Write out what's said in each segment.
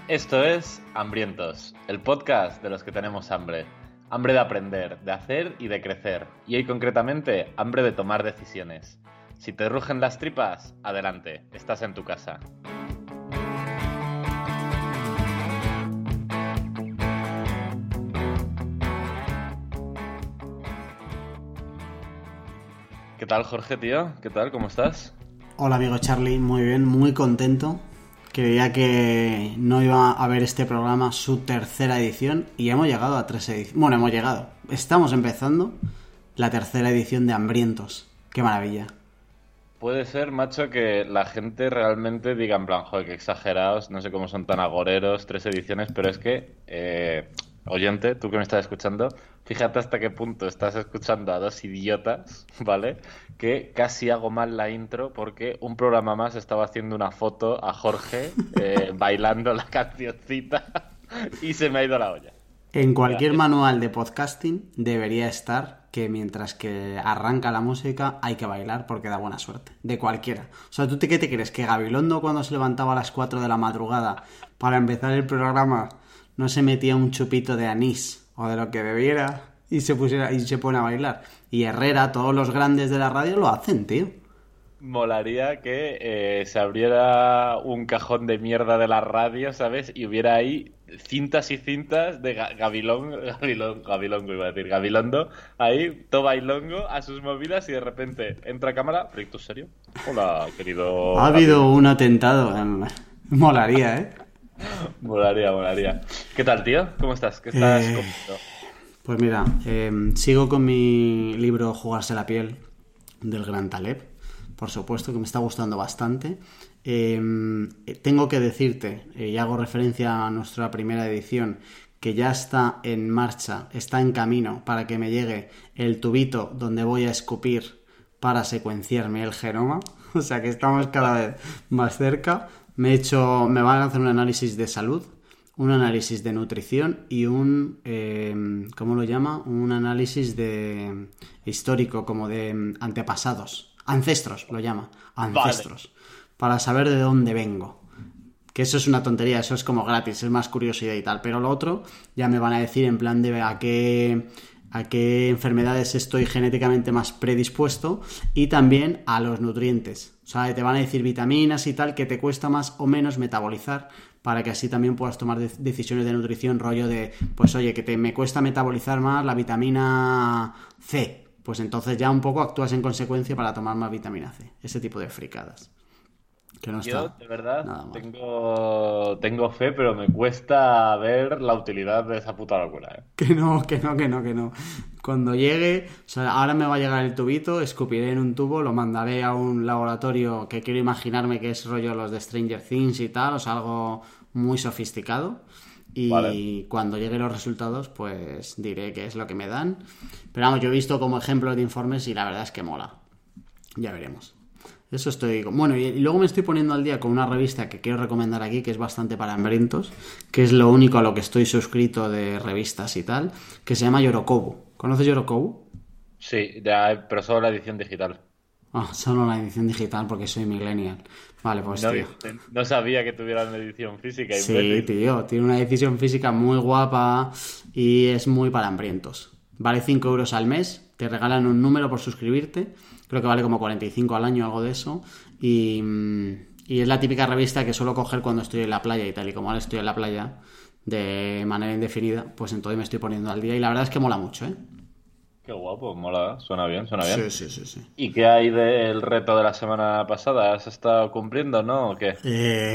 Esto es Hambrientos, el podcast de los que tenemos hambre. Hambre de aprender, de hacer y de crecer. Y hoy concretamente, hambre de tomar decisiones. Si te rugen las tripas, adelante, estás en tu casa. ¿Qué tal, Jorge, tío? ¿Qué tal? ¿Cómo estás? Hola, amigo Charlie, muy bien, muy contento. Creía que no iba a haber este programa su tercera edición y hemos llegado a 3 ediciones. Bueno, hemos llegado. Estamos empezando la tercera edición de Hambrientos. ¡Qué maravilla! Puede ser, macho, que la gente realmente diga en plan, joder, qué exagerados, no sé cómo son tan agoreros, 3 ediciones, pero es que, oyente, tú que me estás escuchando, fíjate hasta qué punto estás escuchando a dos idiotas, ¿vale? Que casi hago mal la intro porque un programa más estaba haciendo una foto a Jorge bailando la cancioncita y se me ha ido la olla. En cualquier manual de podcasting debería estar que mientras que arranca la música hay que bailar porque da buena suerte. De cualquiera. O sea, ¿tú qué te crees? ¿Que Gabilondo cuando se levantaba a las 4 de la madrugada para empezar el programa no se metía un chupito de anís o de lo que bebiera y se pone a bailar? Y Herrera, todos los grandes de la radio lo hacen, tío. Molaría que se abriera un cajón de mierda de la radio, ¿sabes? Y hubiera ahí cintas y cintas de Gabilongo iba a decir, Gabilondo, ahí, todo bailongo a sus movidas y de repente entra a cámara, ¿proyecto serio? Hola, querido... Ha habido un atentado. Molaría, ¿eh? Molaría. ¿Qué tal, tío? ¿Cómo estás? ¿Qué estás comiendo? Pues mira, sigo con mi libro Jugarse la piel del Gran Taleb. Por supuesto que me está gustando bastante. Tengo que decirte, y hago referencia a nuestra primera edición, que ya está en marcha, está en camino para que me llegue el tubito donde voy a escupir para secuenciarme el genoma. O sea que estamos cada vez más cerca. Me van a hacer un análisis de salud, un análisis de nutrición y ¿cómo lo llama? Un análisis de histórico, como de antepasados. Ancestros, lo llama. Ancestros. Vale. Para saber de dónde vengo. Que eso es una tontería, eso es como gratis, es más curiosidad y tal. Pero lo otro ya me van a decir en plan de a qué enfermedades estoy genéticamente más predispuesto y también a los nutrientes. O sea, te van a decir vitaminas y tal que te cuesta más o menos metabolizar para que así también puedas tomar decisiones de nutrición, rollo de, pues oye, que me cuesta metabolizar más la vitamina C. Pues entonces ya un poco actúas en consecuencia para tomar más vitamina C. Ese tipo de fricadas. Que no Yo, está de verdad, nada mal. tengo fe, pero me cuesta ver la utilidad de esa puta locura, ¿eh? Que no. Cuando llegue, o sea, ahora me va a llegar el tubito, escupiré en un tubo, lo mandaré a un laboratorio que quiero imaginarme que es rollo los de Stranger Things y tal, o sea, algo muy sofisticado. Y vale, cuando lleguen los resultados, pues diré qué es lo que me dan. Pero vamos, yo he visto como ejemplos de informes y la verdad es que mola. Ya veremos. Eso estoy... Bueno, y luego me estoy poniendo al día con una revista que quiero recomendar aquí, que es bastante para hambrientos, que es lo único a lo que estoy suscrito de revistas y tal, que se llama Yorokobu. ¿Conoces Yorokobu? Sí, pero solo la edición digital. Ah, solo la edición digital porque soy millennial. Vale, pues no, tío. No sabía que tuviera una edición física. Sí, imbécil. Tío, tiene una edición física muy guapa y es muy para hambrientos. Vale 5 euros al mes, te regalan un número por suscribirte, creo que vale como 45 al año, algo de eso, y es la típica revista que suelo coger cuando estoy en la playa y tal, y como ahora estoy en la playa de manera indefinida, pues entonces me estoy poniendo al día y la verdad es que mola mucho, ¿eh? Qué guapo, mola, suena bien. Sí. ¿Y qué hay del reto de la semana pasada? ¿Has estado cumpliendo, no? ¿O qué?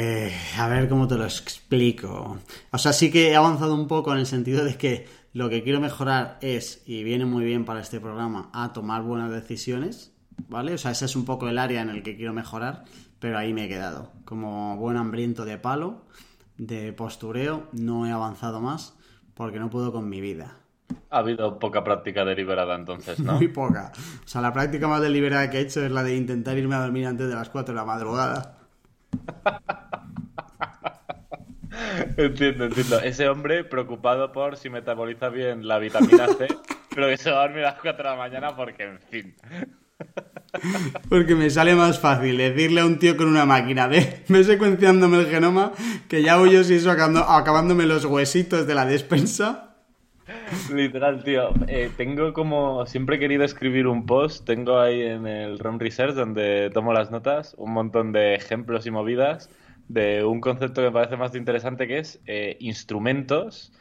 A ver cómo te lo explico. O sea, sí que he avanzado un poco en el sentido de que lo que quiero mejorar es, y viene muy bien para este programa, a tomar buenas decisiones, ¿vale? O sea, ese es un poco el área en el que quiero mejorar, pero ahí me he quedado. Como buen hambriento de palo, de postureo, no he avanzado más porque no puedo con mi vida. Ha habido poca práctica deliberada entonces, ¿no? Muy poca. O sea, la práctica más deliberada que he hecho es la de intentar irme a dormir antes de las 4 de la madrugada. Entiendo. Ese hombre preocupado por si metaboliza bien la vitamina C, pero que se va a dormir a las 4 de la mañana porque, en fin. Porque me sale más fácil decirle a un tío con una máquina ve secuenciándome el genoma, que ya voy yo si eso acabándome los huesitos de la despensa. Literal, tío. Tengo como... Siempre he querido escribir un post. Tengo ahí en el ROM Research, donde tomo las notas, un montón de ejemplos y movidas de un concepto que me parece más interesante, que es instrumentos.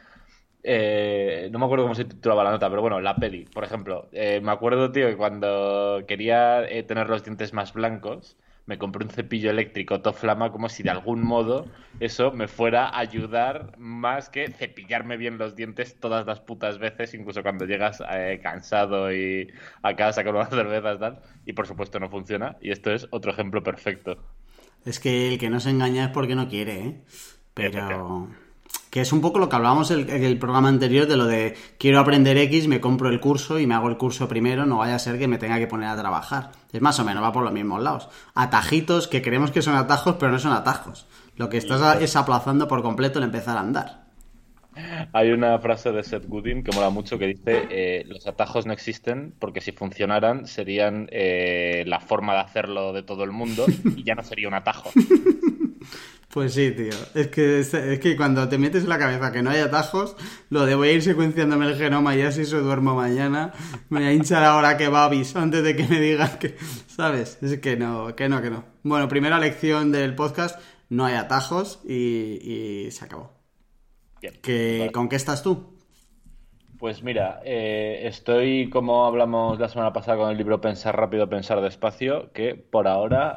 No me acuerdo cómo se titulaba la nota, pero bueno, la peli, por ejemplo. Me acuerdo, tío, que cuando quería tener los dientes más blancos, me compré un cepillo eléctrico todo flama, como si de algún modo eso me fuera a ayudar más que cepillarme bien los dientes todas las putas veces, incluso cuando llegas cansado y a casa con unas cervezas, tal. Y por supuesto no funciona. Y esto es otro ejemplo perfecto. Es que el que no se engaña es porque no quiere, ¿eh? Pero... que es un poco lo que hablábamos en el programa anterior, de lo de quiero aprender X, me compro el curso y me hago el curso primero, no vaya a ser que me tenga que poner a trabajar. Es más o menos, va por los mismos lados. Atajitos que creemos que son atajos, pero no son atajos. Lo que estás es aplazando por completo el empezar a andar. Hay una frase de Seth Godin que mola mucho, que dice los atajos no existen porque si funcionaran serían la forma de hacerlo de todo el mundo y ya no sería un atajo. Pues sí, tío. Es que cuando te metes en la cabeza que no hay atajos, lo de voy a ir secuenciándome el genoma y así se duermo mañana, me voy a hinchar ahora que babis antes de que me digan que... ¿Sabes? Es que no. Bueno, primera lección del podcast, no hay atajos y se acabó. Bien, Vale. ¿Con qué estás tú? Pues mira, estoy como hablamos la semana pasada con el libro Pensar rápido, pensar despacio, que por ahora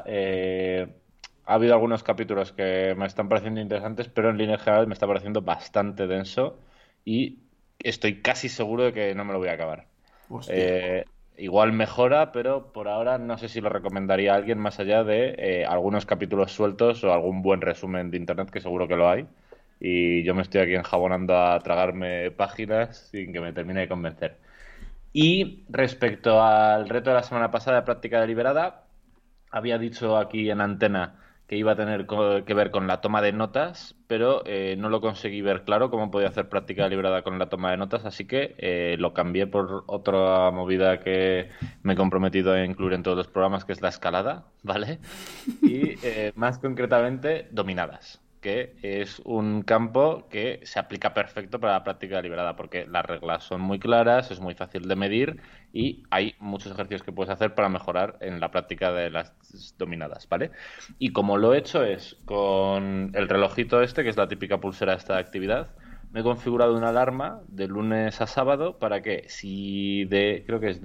ha habido algunos capítulos que me están pareciendo interesantes, pero en línea general me está pareciendo bastante denso y estoy casi seguro de que no me lo voy a acabar. Hostia. Igual mejora, pero por ahora no sé si lo recomendaría a alguien más allá de algunos capítulos sueltos o algún buen resumen de internet, que seguro que lo hay. Y yo me estoy aquí enjabonando a tragarme páginas sin que me termine de convencer. Y respecto al reto de la semana pasada de práctica deliberada, había dicho aquí en antena que iba a tener que ver con la toma de notas, pero no lo conseguí ver claro cómo podía hacer práctica deliberada con la toma de notas, así que lo cambié por otra movida que me he comprometido a incluir en todos los programas, que es la escalada, ¿vale? Y más concretamente, dominadas, que es un campo que se aplica perfecto para la práctica deliberada, porque las reglas son muy claras, es muy fácil de medir y hay muchos ejercicios que puedes hacer para mejorar en la práctica de las dominadas, ¿vale? Y como lo he hecho es con el relojito este, que es la típica pulsera de esta actividad, me he configurado una alarma de lunes a sábado para que si creo que es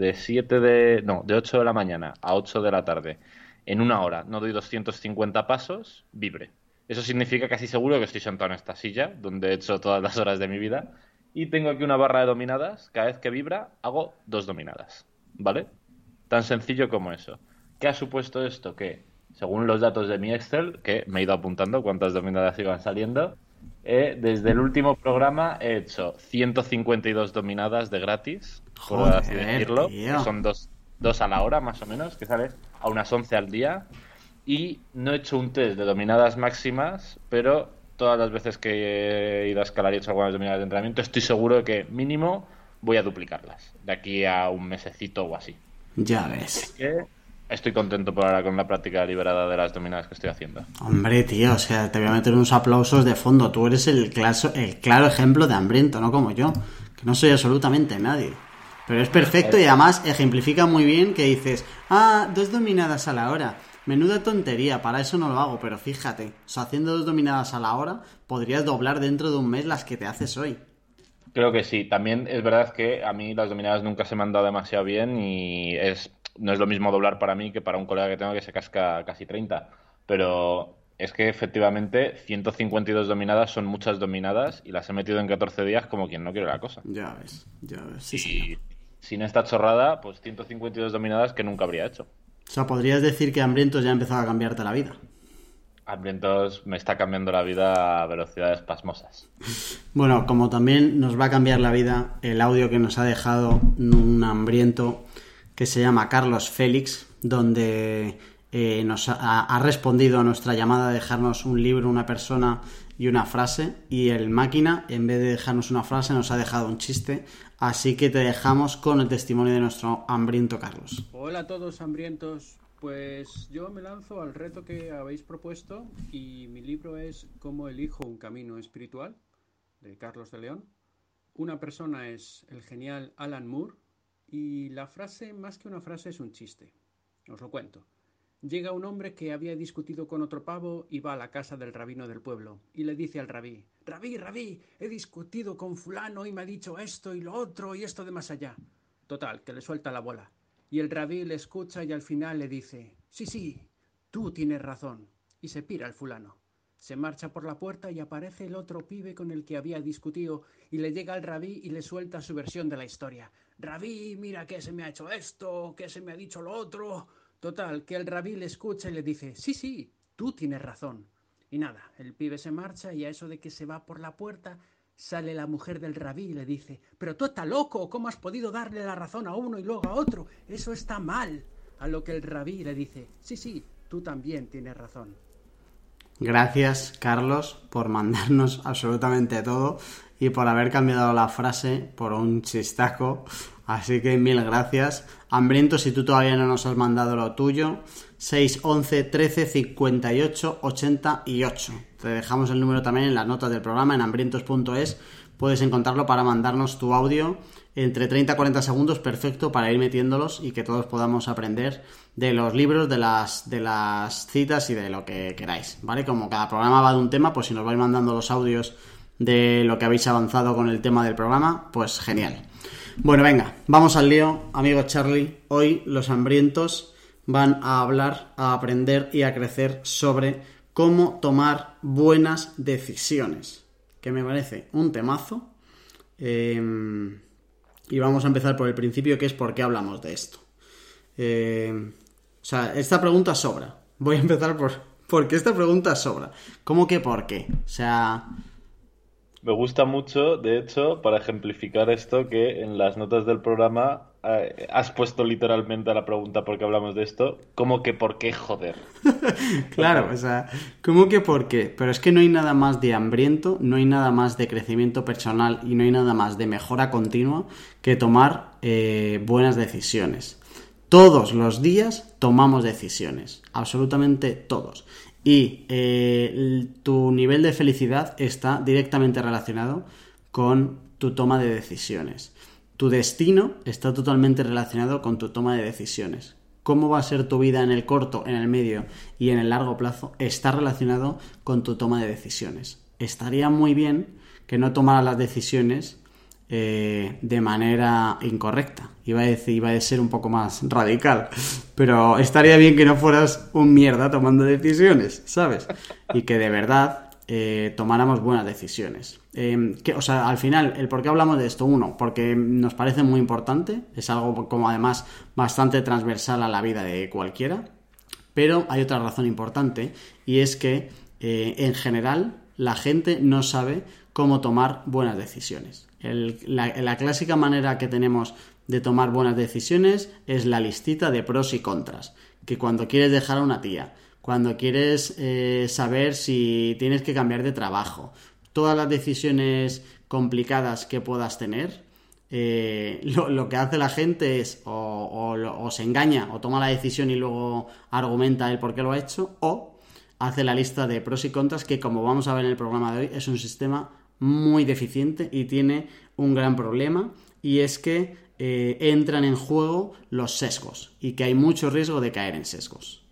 de 8 de la mañana a 8 de la tarde, en una hora no doy 250 pasos, vibre. Eso significa casi seguro que estoy sentado en esta silla, donde he hecho todas las horas de mi vida, y tengo aquí una barra de dominadas. Cada vez que vibra, hago 2 dominadas, ¿vale? Tan sencillo como eso. ¿Qué ha supuesto esto? Que, según los datos de mi Excel, que me he ido apuntando cuántas dominadas iban saliendo, desde el último programa he hecho 152 dominadas de gratis, por así decirlo, tío. que son dos a la hora, más o menos, que sale a unas 11 al día. Y no he hecho un test de dominadas máximas, pero todas las veces que he ido a escalar y he hecho algunas dominadas de entrenamiento, estoy seguro de que mínimo voy a duplicarlas de aquí a un mesecito o así. Ya ves. Así que estoy contento por ahora con la práctica deliberada de las dominadas que estoy haciendo. Hombre, tío, o sea, te voy a meter unos aplausos de fondo. Tú eres el claro ejemplo de hambriento, no como yo, que no soy absolutamente nadie. Pero es perfecto y además ejemplifica muy bien que dices, 2 dominadas a la hora. Menuda tontería, para eso no lo hago, pero fíjate, o sea, haciendo 2 dominadas a la hora, podrías doblar dentro de un mes las que te haces hoy. Creo que sí. También es verdad que a mí las dominadas nunca se me han dado demasiado bien y no es lo mismo doblar para mí que para un colega que tengo que se casca casi 30. Pero es que efectivamente 152 dominadas son muchas dominadas y las he metido en 14 días como quien no quiere la cosa. Ya ves, sí, Y señor. sin esta chorrada, pues 152 dominadas que nunca habría hecho. O sea, podrías decir que hambrientos ya ha empezado a cambiarte la vida. Hambrientos me está cambiando la vida a velocidades pasmosas. Bueno, como también nos va a cambiar la vida el audio que nos ha dejado un hambriento que se llama Carlos Félix, donde ha respondido a nuestra llamada de dejarnos un libro, una persona y una frase, y el máquina, en vez de dejarnos una frase, nos ha dejado un chiste, así que te dejamos con el testimonio de nuestro hambriento Carlos. Hola a todos hambrientos, pues yo me lanzo al reto que habéis propuesto y mi libro es Cómo elijo un camino espiritual, de Carlos de León. Una persona es el genial Alan Moore y la frase, más que una frase, es un chiste. Os lo cuento. Llega un hombre que había discutido con otro pavo y va a la casa del rabino del pueblo y le dice al rabí: Rabí, he discutido con fulano y me ha dicho esto y lo otro y esto de más allá. Total, que le suelta la bola. Y el rabí le escucha y al final le dice: sí, tú tienes razón. Y se pira el fulano. Se marcha por la puerta y aparece el otro pibe con el que había discutido y le llega al rabí y le suelta su versión de la historia. Rabí, mira que se me ha hecho esto, que se me ha dicho lo otro. Total, que el rabí le escucha y le dice: sí, tú tienes razón. Y nada, el pibe se marcha y a eso de que se va por la puerta, sale la mujer del rabí y le dice: pero tú estás loco, ¿cómo has podido darle la razón a uno y luego a otro? Eso está mal. A lo que el rabí le dice: sí, tú también tienes razón. Gracias, Carlos, por mandarnos absolutamente todo y por haber cambiado la frase por un chistaco. Así que mil gracias. Hambriento, si tú todavía no nos has mandado lo tuyo, 611 13 58 88. Te dejamos el número también en las notas del programa, en hambrientos.es. Puedes encontrarlo para mandarnos tu audio entre 30 a 40 segundos, perfecto, para ir metiéndolos y que todos podamos aprender de los libros, de las citas y de lo que queráis, ¿vale? Como cada programa va de un tema, pues si nos vais mandando los audios de lo que habéis avanzado con el tema del programa, pues genial. Bueno, venga, vamos al lío, amigo Charlie. Hoy los hambrientos van a hablar, a aprender y a crecer sobre cómo tomar buenas decisiones, que me parece un temazo. Y vamos a empezar por el principio, que es por qué hablamos de esto. O sea, esta pregunta sobra. Voy a empezar porque esta pregunta sobra. ¿Cómo que por qué? O sea... Me gusta mucho, de hecho, para ejemplificar esto, que en las notas del programa has puesto literalmente a la pregunta ¿por qué hablamos de esto? ¿Cómo que por qué, joder? Claro, o sea, ¿cómo que por qué? Pero es que no hay nada más de hambriento, no hay nada más de crecimiento personal y no hay nada más de mejora continua que tomar buenas decisiones. Todos los días tomamos decisiones, absolutamente todos. Y tu nivel de felicidad está directamente relacionado con tu toma de decisiones. Tu destino está totalmente relacionado con tu toma de decisiones. Cómo va a ser tu vida en el corto, en el medio y en el largo plazo está relacionado con tu toma de decisiones. Estaría muy bien que no tomaras las decisiones de manera incorrecta. Iba a ser un poco más radical, pero estaría bien que no fueras un mierda tomando decisiones, ¿sabes? Y que de verdad tomáramos buenas decisiones. Al final, el por qué hablamos de esto, uno, porque nos parece muy importante, es algo como además bastante transversal a la vida de cualquiera, pero hay otra razón importante y es que en general la gente no sabe cómo tomar buenas decisiones. La clásica manera que tenemos de tomar buenas decisiones es la listita de pros y contras, que cuando quieres dejar a una tía, cuando quieres saber si tienes que cambiar de trabajo, todas las decisiones complicadas que puedas tener, lo que hace la gente es o se engaña o toma la decisión y luego argumenta el por qué lo ha hecho, o hace la lista de pros y contras, que como vamos a ver en el programa de hoy es un sistema muy deficiente y tiene un gran problema, y es que entran en juego los sesgos y que hay mucho riesgo de caer en sesgos.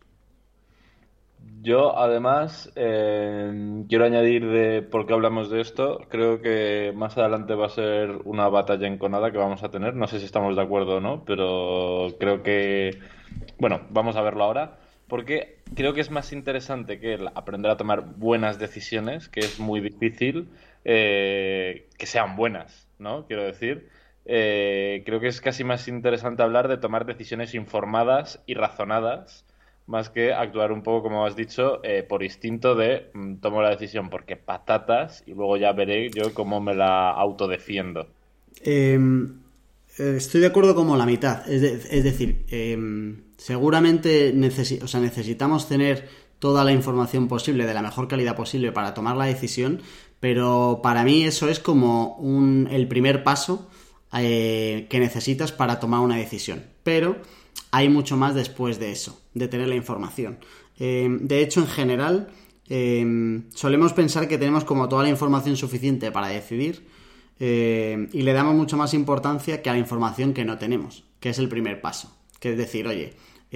Yo, además, quiero añadir de por qué hablamos de esto. Creo que más adelante va a ser una batalla enconada que vamos a tener. No sé si estamos de acuerdo o no, pero creo que... Bueno, vamos a verlo ahora. Porque creo que es más interesante que el aprender a tomar buenas decisiones, que es muy difícil, que sean buenas, ¿no? Quiero decir, creo que es casi más interesante hablar de tomar decisiones informadas y razonadas, más que actuar un poco, como has dicho, por instinto de tomo la decisión porque patatas y luego ya veré yo cómo me la autodefiendo. Estoy de acuerdo como la mitad. Es decir, Seguramente necesitamos tener toda la información posible de la mejor calidad posible para tomar la decisión, pero para mí eso es como el primer paso que necesitas para tomar una decisión. Pero hay mucho más después de eso, de tener la información. De hecho, en general, solemos pensar que tenemos como toda la información suficiente para decidir, y le damos mucho más importancia que a la información que no tenemos, que es el primer paso. Que es decir, oye,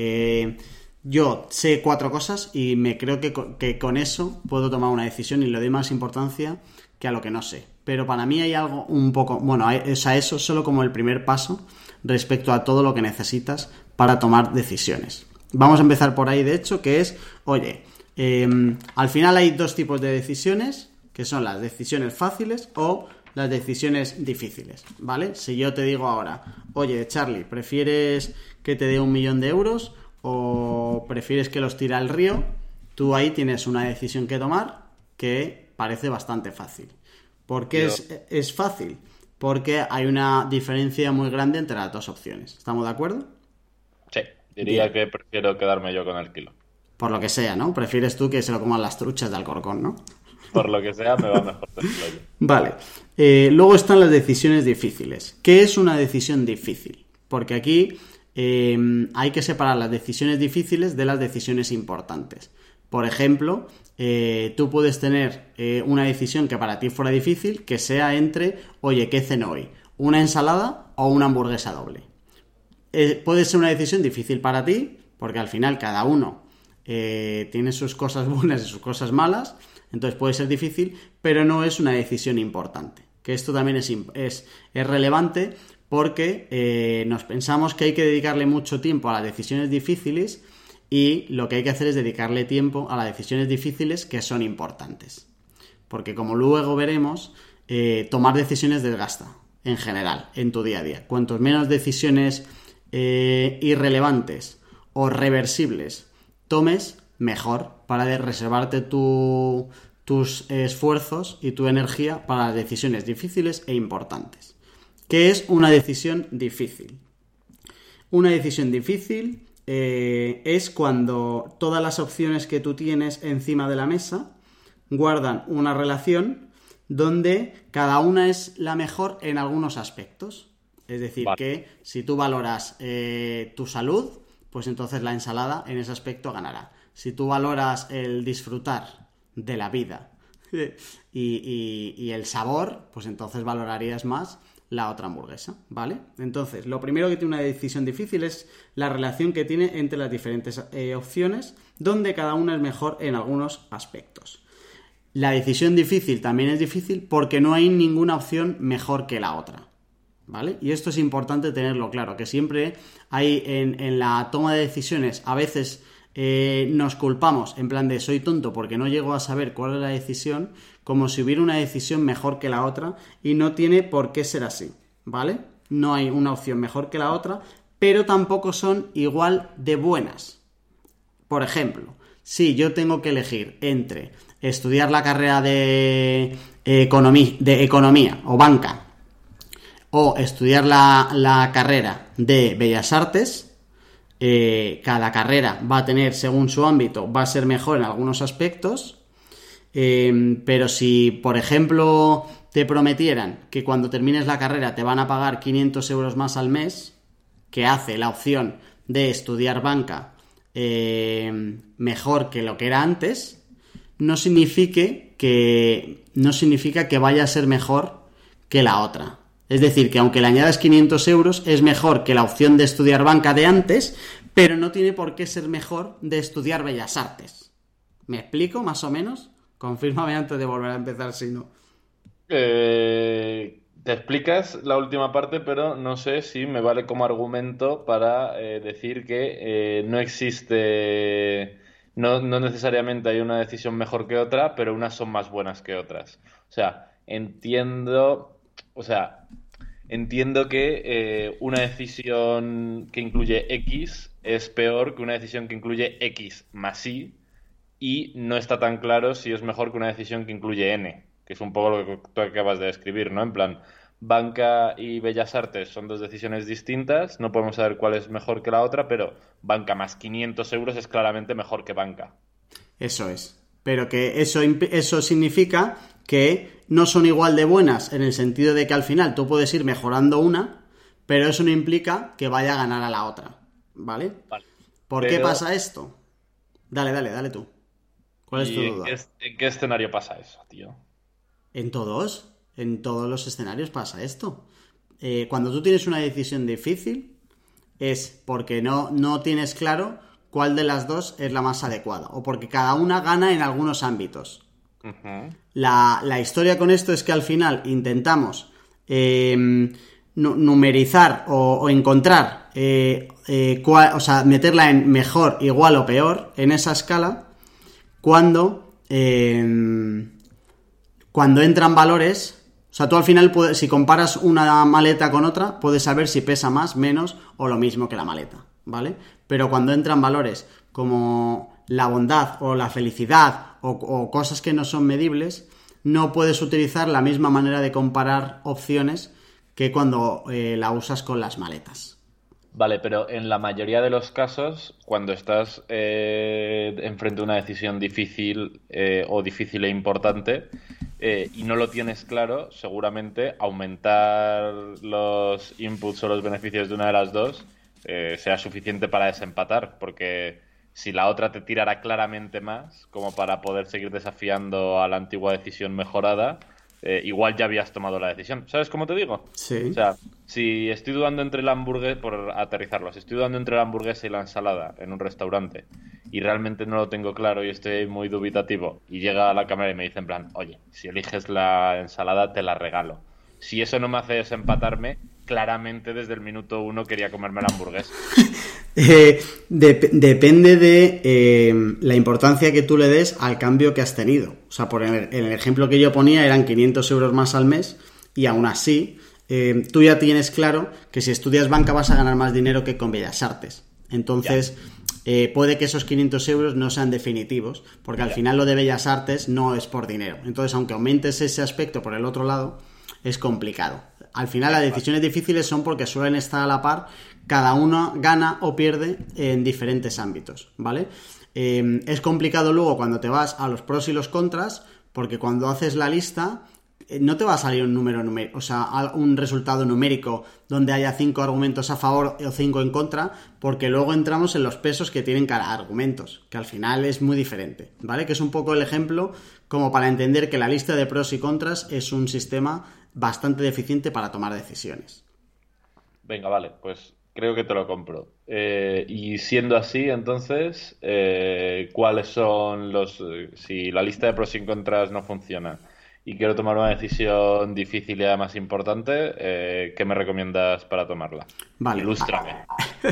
yo sé 4 cosas y me creo que con eso puedo tomar una decisión y le doy más importancia que a lo que no sé. Pero para mí hay algo un poco... Bueno, eso es solo como el primer paso respecto a todo lo que necesitas para tomar decisiones. Vamos a empezar por ahí, de hecho, que es, oye, al final hay 2 tipos de decisiones, que son las decisiones fáciles o las decisiones difíciles, ¿vale? Si yo te digo ahora, oye, Charlie, ¿prefieres que te dé 1.000.000 de euros o prefieres que los tire al río? Tú ahí tienes una decisión que tomar que parece bastante fácil. ¿Por qué es fácil? Porque hay una diferencia muy grande entre las 2 opciones. ¿Estamos de acuerdo? Sí, diría que prefiero quedarme yo con el kilo. Por lo que sea, ¿no? Prefieres tú que se lo coman las truchas de Alcorcón, ¿no? Por lo que sea, me va mejor decirlo yo. Vale. Luego están las decisiones difíciles. ¿Qué es una decisión difícil? Porque aquí hay que separar las decisiones difíciles de las decisiones importantes. Por ejemplo, tú puedes tener una decisión que para ti fuera difícil, que sea entre, oye, ¿qué ceno hoy? ¿Una ensalada o una hamburguesa doble? Puede ser una decisión difícil para ti, porque al final cada uno tiene sus cosas buenas y sus cosas malas, entonces puede ser difícil, pero no es una decisión importante. Que esto también es relevante porque nos pensamos que hay que dedicarle mucho tiempo a las decisiones difíciles y lo que hay que hacer es dedicarle tiempo a las decisiones difíciles que son importantes. Porque como luego veremos, tomar decisiones desgasta en general, en tu día a día. Cuantos menos decisiones irrelevantes o reversibles tomes, mejor, para reservarte tus esfuerzos y tu energía para las decisiones difíciles e importantes. ¿Qué es una decisión difícil? Una decisión difícil es cuando todas las opciones que tú tienes encima de la mesa guardan una relación donde cada una es la mejor en algunos aspectos. Es decir, vale, que si tú valoras tu salud, pues entonces la ensalada en ese aspecto ganará. Si tú valoras el disfrutar de la vida y el sabor, pues entonces valorarías más la otra hamburguesa, ¿vale? Entonces, lo primero que tiene una decisión difícil es la relación que tiene entre las diferentes opciones, donde cada una es mejor en algunos aspectos. La decisión difícil también es difícil porque no hay ninguna opción mejor que la otra, ¿vale? Y esto es importante tenerlo claro, que siempre hay en la toma de decisiones, a veces nos culpamos en plan de soy tonto porque no llego a saber cuál es la decisión, como si hubiera una decisión mejor que la otra, y no tiene por qué ser así, ¿vale? No hay una opción mejor que la otra, pero tampoco son igual de buenas. Por ejemplo, si yo tengo que elegir entre estudiar la carrera de economía o banca o estudiar la carrera de Bellas Artes, cada carrera va a tener, según su ámbito, va a ser mejor en algunos aspectos, pero si, por ejemplo, te prometieran que cuando termines la carrera te van a pagar 500 euros más al mes, que hace la opción de estudiar banca mejor que lo que era antes, no significa que vaya a ser mejor que la otra. Es decir, que aunque le añadas 500 euros, es mejor que la opción de estudiar banca de antes, pero no tiene por qué ser mejor de estudiar Bellas Artes. ¿Me explico, más o menos? Confírmame antes de volver a empezar, si no. Te explicas la última parte, pero no sé si me vale como argumento para decir que no existe... No necesariamente hay una decisión mejor que otra, pero unas son más buenas que otras. O sea, entiendo que una decisión que incluye X es peor que una decisión que incluye X más Y no está tan claro si es mejor que una decisión que incluye N, que es un poco lo que tú acabas de describir, ¿no? En plan, Banca y Bellas Artes son dos decisiones distintas, no podemos saber cuál es mejor que la otra, pero Banca más 500 euros es claramente mejor que Banca. Eso es. Pero que eso significa que no son igual de buenas en el sentido de que al final tú puedes ir mejorando una, pero eso no implica que vaya a ganar a la otra, ¿vale? Vale. ¿Por qué pasa esto? Dale tú. ¿Cuál es tu duda? ¿En qué escenario pasa eso, tío? En todos los escenarios pasa esto. Cuando tú tienes una decisión difícil es porque no tienes claro cuál de las dos es la más adecuada, o porque cada una gana en algunos ámbitos. Uh-huh. La historia con esto es que al final intentamos numerizar o encontrar, meterla en mejor, igual o peor en esa escala cuando entran valores. O sea, tú al final, si comparas una maleta con otra, puedes saber si pesa más, menos o lo mismo que la maleta, ¿vale? Pero cuando entran valores como la bondad o la felicidad o cosas que no son medibles, no puedes utilizar la misma manera de comparar opciones que cuando la usas con las maletas. Vale, pero en la mayoría de los casos, cuando estás enfrente de una decisión difícil o difícil e importante y no lo tienes claro, seguramente aumentar los inputs o los beneficios de una de las dos sea suficiente para desempatar, porque si la otra te tirara claramente más, como para poder seguir desafiando a la antigua decisión mejorada, igual ya habías tomado la decisión. ¿Sabes cómo te digo? Sí. O sea, si estoy dudando entre la hamburguesa, por aterrizarlo, si estoy dudando entre la hamburguesa y la ensalada en un restaurante y realmente no lo tengo claro y estoy muy dubitativo y llega a la cámara y me dice en plan, oye, si eliges la ensalada te la regalo. Si eso no me hace desempatarme, claramente desde el minuto 1 quería comerme la hamburguesa. Depende de la importancia que tú le des al cambio que has tenido. O sea, en el ejemplo que yo ponía eran 500 euros más al mes y aún así tú ya tienes claro que si estudias banca vas a ganar más dinero que con Bellas Artes. Entonces puede que esos 500 euros no sean definitivos, porque al final lo de Bellas Artes no es por dinero. Entonces, aunque aumentes ese aspecto por el otro lado, es complicado. Al final las decisiones difíciles son porque suelen estar a la par, cada uno gana o pierde en diferentes ámbitos, ¿vale? Es complicado luego cuando te vas a los pros y los contras, porque cuando haces la lista no te va a salir un número numérico, o sea, un resultado numérico donde haya 5 argumentos a favor o 5 en contra, porque luego entramos en los pesos que tienen cada argumentos, que al final es muy diferente, ¿vale? Que es un poco el ejemplo como para entender que la lista de pros y contras es un sistema bastante deficiente para tomar decisiones. Venga, vale, pues creo que te lo compro. Y siendo así, entonces, ¿cuáles son si la lista de pros y contras no funciona y quiero tomar una decisión difícil y además importante, ¿qué me recomiendas para tomarla? Vale. Ilústrame.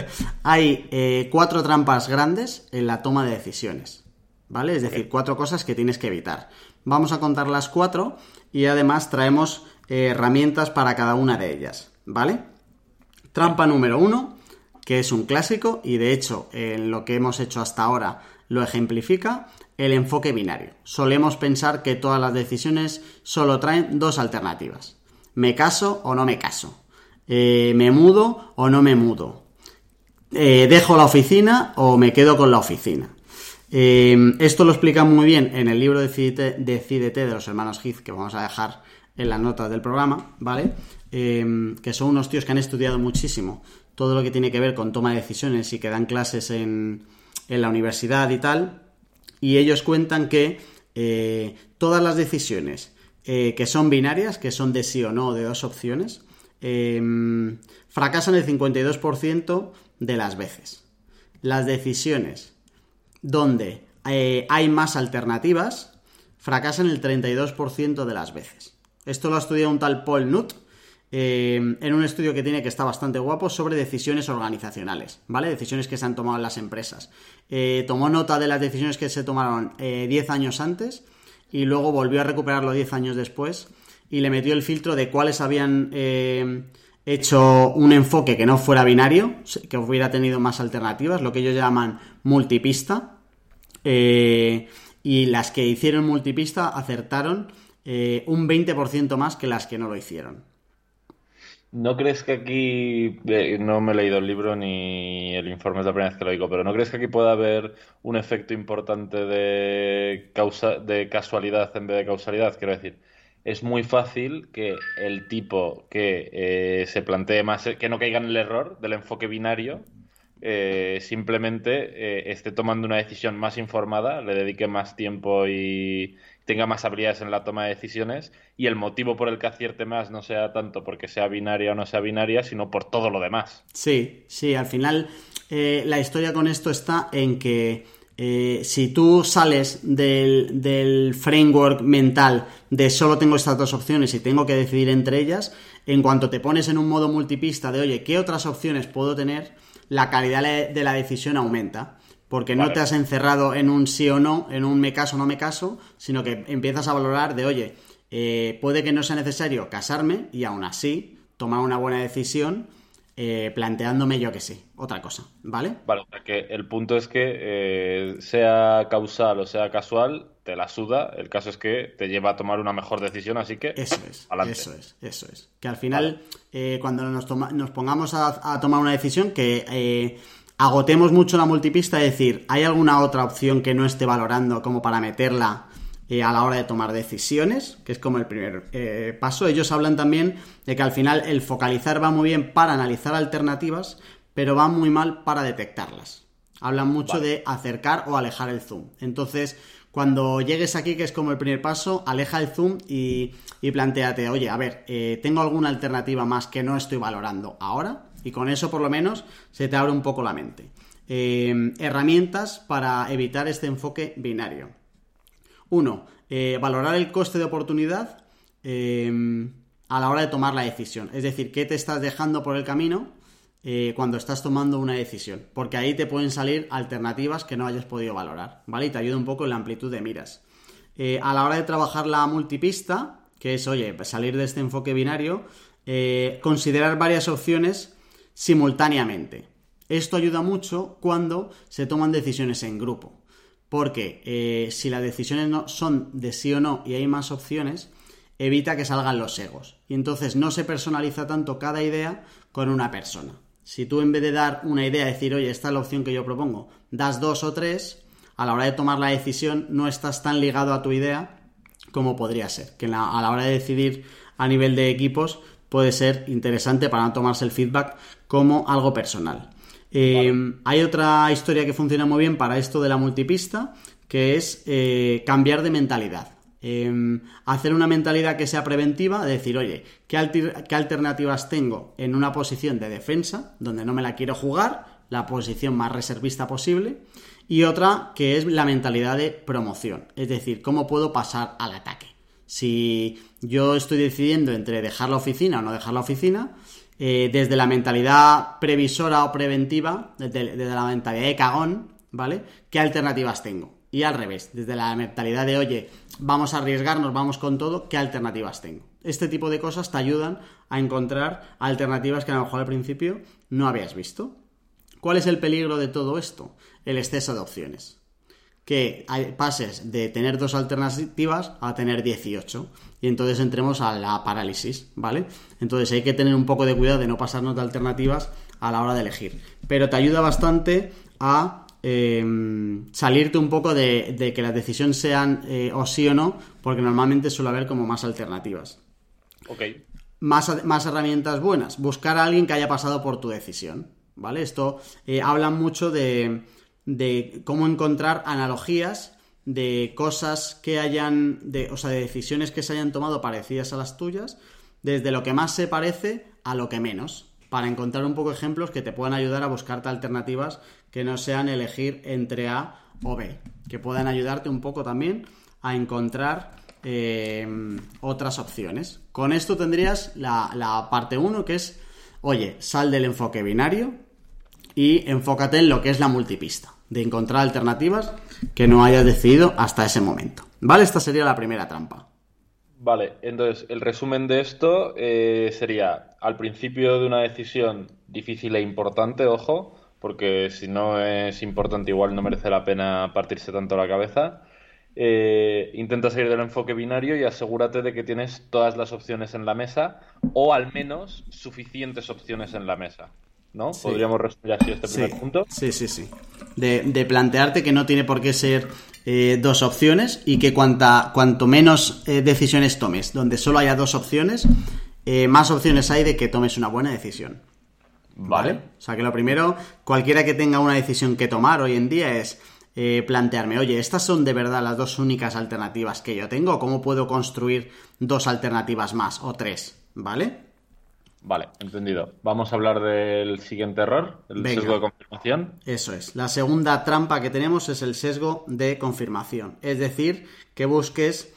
Hay 4 trampas grandes en la toma de decisiones, ¿vale? Es decir, 4 cosas que tienes que evitar. Vamos a contar las 4 y además traemos herramientas para cada una de ellas, ¿vale? Trampa número 1, que es un clásico y de hecho en lo que hemos hecho hasta ahora lo ejemplifica, el enfoque binario. Solemos pensar que todas las decisiones solo traen 2 alternativas: me caso o no me caso, me mudo o no me mudo, dejo la oficina o me quedo con la oficina. Esto lo explica muy bien en el libro Decídete de los hermanos Heath, que vamos a dejar en las notas del programa, ¿vale? Que son unos tíos que han estudiado muchísimo todo lo que tiene que ver con toma de decisiones y que dan clases en la universidad y tal, y ellos cuentan que todas las decisiones que son binarias, que son de sí o no, de 2 opciones, fracasan el 52% de las veces. Las decisiones donde hay más alternativas fracasan el 32% de las veces. Esto lo ha estudiado un tal Paul Nutt en un estudio que tiene, que está bastante guapo, sobre decisiones organizacionales, ¿vale? Decisiones que se han tomado en las empresas. Tomó nota de las decisiones que se tomaron 10 años antes y luego volvió a recuperarlo 10 años después y le metió el filtro de cuáles habían hecho un enfoque que no fuera binario, que hubiera tenido más alternativas, lo que ellos llaman multipista, y las que hicieron multipista acertaron un 20% más que las que no lo hicieron. ¿No crees que aquí, no me he leído el libro ni el informe, es la primera vez que lo digo, pero ¿no crees que aquí puede haber un efecto importante de casualidad en vez de causalidad? Quiero decir, es muy fácil que el tipo que se plantee más, que no caiga en el error del enfoque binario, simplemente esté tomando una decisión más informada, le dedique más tiempo y tenga más habilidades en la toma de decisiones, y el motivo por el que acierte más no sea tanto porque sea binaria o no sea binaria, sino por todo lo demás. Sí, sí, al final la historia con esto está en que si tú sales del framework mental de solo tengo estas dos opciones y tengo que decidir entre ellas, en cuanto te pones en un modo multipista de, oye, ¿qué otras opciones puedo tener? La calidad de la decisión aumenta. Porque no Vale. te has encerrado en un sí o no, en un me caso o no me caso, sino que empiezas a valorar de, oye, puede que no sea necesario casarme y aún así tomar una buena decisión planteándome yo que sé, otra cosa, ¿vale? Vale, o sea que el punto es que sea causal o sea casual, te la suda. El caso es que te lleva a tomar una mejor decisión, así que Eso es, adelante. eso es, eso es. Que al Vale, final, cuando nos pongamos a tomar una decisión, que agotemos mucho la multipista, es decir, ¿hay alguna otra opción que no esté valorando como para meterla a la hora de tomar decisiones? Que es como el primer paso. Ellos hablan también de que al final el focalizar va muy bien para analizar alternativas, pero va muy mal para detectarlas. Hablan mucho vale, de acercar o alejar el zoom. Entonces, cuando llegues aquí, que es como el primer paso, aleja el zoom y plantéate, oye, a ver, ¿tengo alguna alternativa más que no estoy valorando ahora? Y con eso, por lo menos, se te abre un poco la mente. Herramientas para evitar este enfoque binario. Uno, valorar el coste de oportunidad a la hora de tomar la decisión. Es decir, ¿qué te estás dejando por el camino cuando estás tomando una decisión? Porque ahí te pueden salir alternativas que no hayas podido valorar, ¿vale? Y te ayuda un poco en la amplitud de miras. A la hora de trabajar la multipista, que es, oye, salir de este enfoque binario, considerar varias opciones simultáneamente. Esto ayuda mucho cuando se toman decisiones en grupo. Porque si las decisiones no son de sí o no y hay más opciones, evita que salgan los egos. Y entonces no se personaliza tanto cada idea con una persona. Si tú en vez de dar una idea, decir, oye, esta es la opción que yo propongo, das dos o tres, a la hora de tomar la decisión no estás tan ligado a tu idea como podría ser. Que a la hora de decidir a nivel de equipos puede ser interesante para no tomarse el feedback como algo personal. vale. Hay otra historia que funciona muy bien para esto de la multipista, que es cambiar de mentalidad. Hacer una mentalidad que sea preventiva, de decir, oye, ¿qué alternativas tengo en una posición de defensa, donde no me la quiero jugar, la posición más reservista posible? Y otra que es la mentalidad de promoción, es decir, ¿cómo puedo pasar al ataque? Si yo estoy decidiendo entre dejar la oficina o no dejar la oficina, desde la mentalidad previsora o preventiva, desde la mentalidad de cagón, ¿vale? ¿Qué alternativas tengo? Y al revés, desde la mentalidad de, oye, vamos a arriesgarnos, vamos con todo, ¿qué alternativas tengo? Este tipo de cosas te ayudan a encontrar alternativas que a lo mejor al principio no habías visto. ¿Cuál es el peligro de todo esto? El exceso de opciones. Que pases de tener dos alternativas a tener 18 y entonces entremos a la parálisis, ¿vale? Entonces hay que tener un poco de cuidado de no pasarnos de alternativas a la hora de elegir, pero te ayuda bastante a salirte un poco de que las decisiones sean o sí o no, porque normalmente suele haber como más alternativas. Ok, Más herramientas buenas, buscar a alguien que haya pasado por tu decisión, ¿vale? Esto habla mucho de cómo encontrar analogías de cosas que hayan, o sea, de decisiones que se hayan tomado parecidas a las tuyas, desde lo que más se parece a lo que menos, para encontrar un poco ejemplos que te puedan ayudar a buscarte alternativas que no sean elegir entre A o B, que puedan ayudarte un poco también a encontrar otras opciones. Con esto tendrías la parte 1, que es, oye, sal del enfoque binario y enfócate en lo que es la multipista, de encontrar alternativas que no hayas decidido hasta ese momento. ¿Vale? Esta sería la primera trampa. vale. Entonces, el resumen de esto sería, al principio de una decisión difícil e importante, ojo, porque si no es importante igual no merece la pena partirse tanto la cabeza. intenta salir del enfoque binario y asegúrate de que tienes todas las opciones en la mesa o al menos suficientes opciones en la mesa, ¿no? Sí. Podríamos resumir así este primer punto. Sí. De plantearte que no tiene por qué ser dos opciones y que cuanto menos decisiones tomes, donde solo haya dos opciones, más opciones hay de que tomes una buena decisión. ¿Vale? O sea que lo primero, cualquiera que tenga una decisión que tomar hoy en día es plantearme, oye, ¿estas son de verdad las dos únicas alternativas que yo tengo? ¿O cómo puedo construir dos alternativas más o tres? ¿Vale? Vale, entendido. Vamos a hablar del siguiente error, el Venga. sesgo de confirmación. Eso es. La segunda trampa que tenemos es el sesgo de confirmación. Es decir, que busques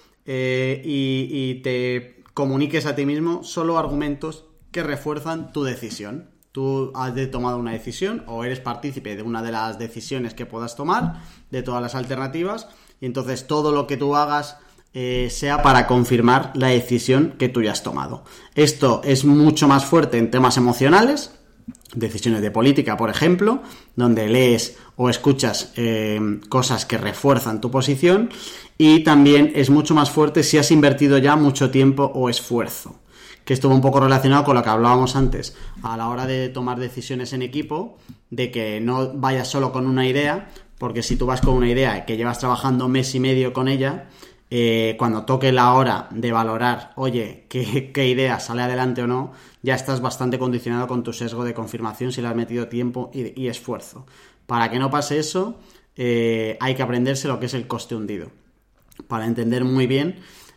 y te comuniques a ti mismo solo argumentos que refuerzan tu decisión. Tú has tomado una decisión o eres partícipe de una de las decisiones que puedas tomar, de todas las alternativas, y entonces todo lo que tú hagas sea para confirmar la decisión que tú ya has tomado. Esto es mucho más fuerte en temas emocionales, decisiones de política, por ejemplo, donde lees o escuchas cosas que refuerzan tu posición, y también es mucho más fuerte si has invertido ya mucho tiempo o esfuerzo, que estuvo un poco relacionado con lo que hablábamos antes a la hora de tomar decisiones en equipo, de que no vayas solo con una idea, porque si tú vas con una idea que llevas trabajando mes y medio con ella, cuando toque la hora de valorar, oye, qué idea sale adelante o no, ya estás bastante condicionado con tu sesgo de confirmación si le has metido tiempo y esfuerzo. Para que no pase eso, hay que aprenderse lo que es el coste hundido, para entender muy bien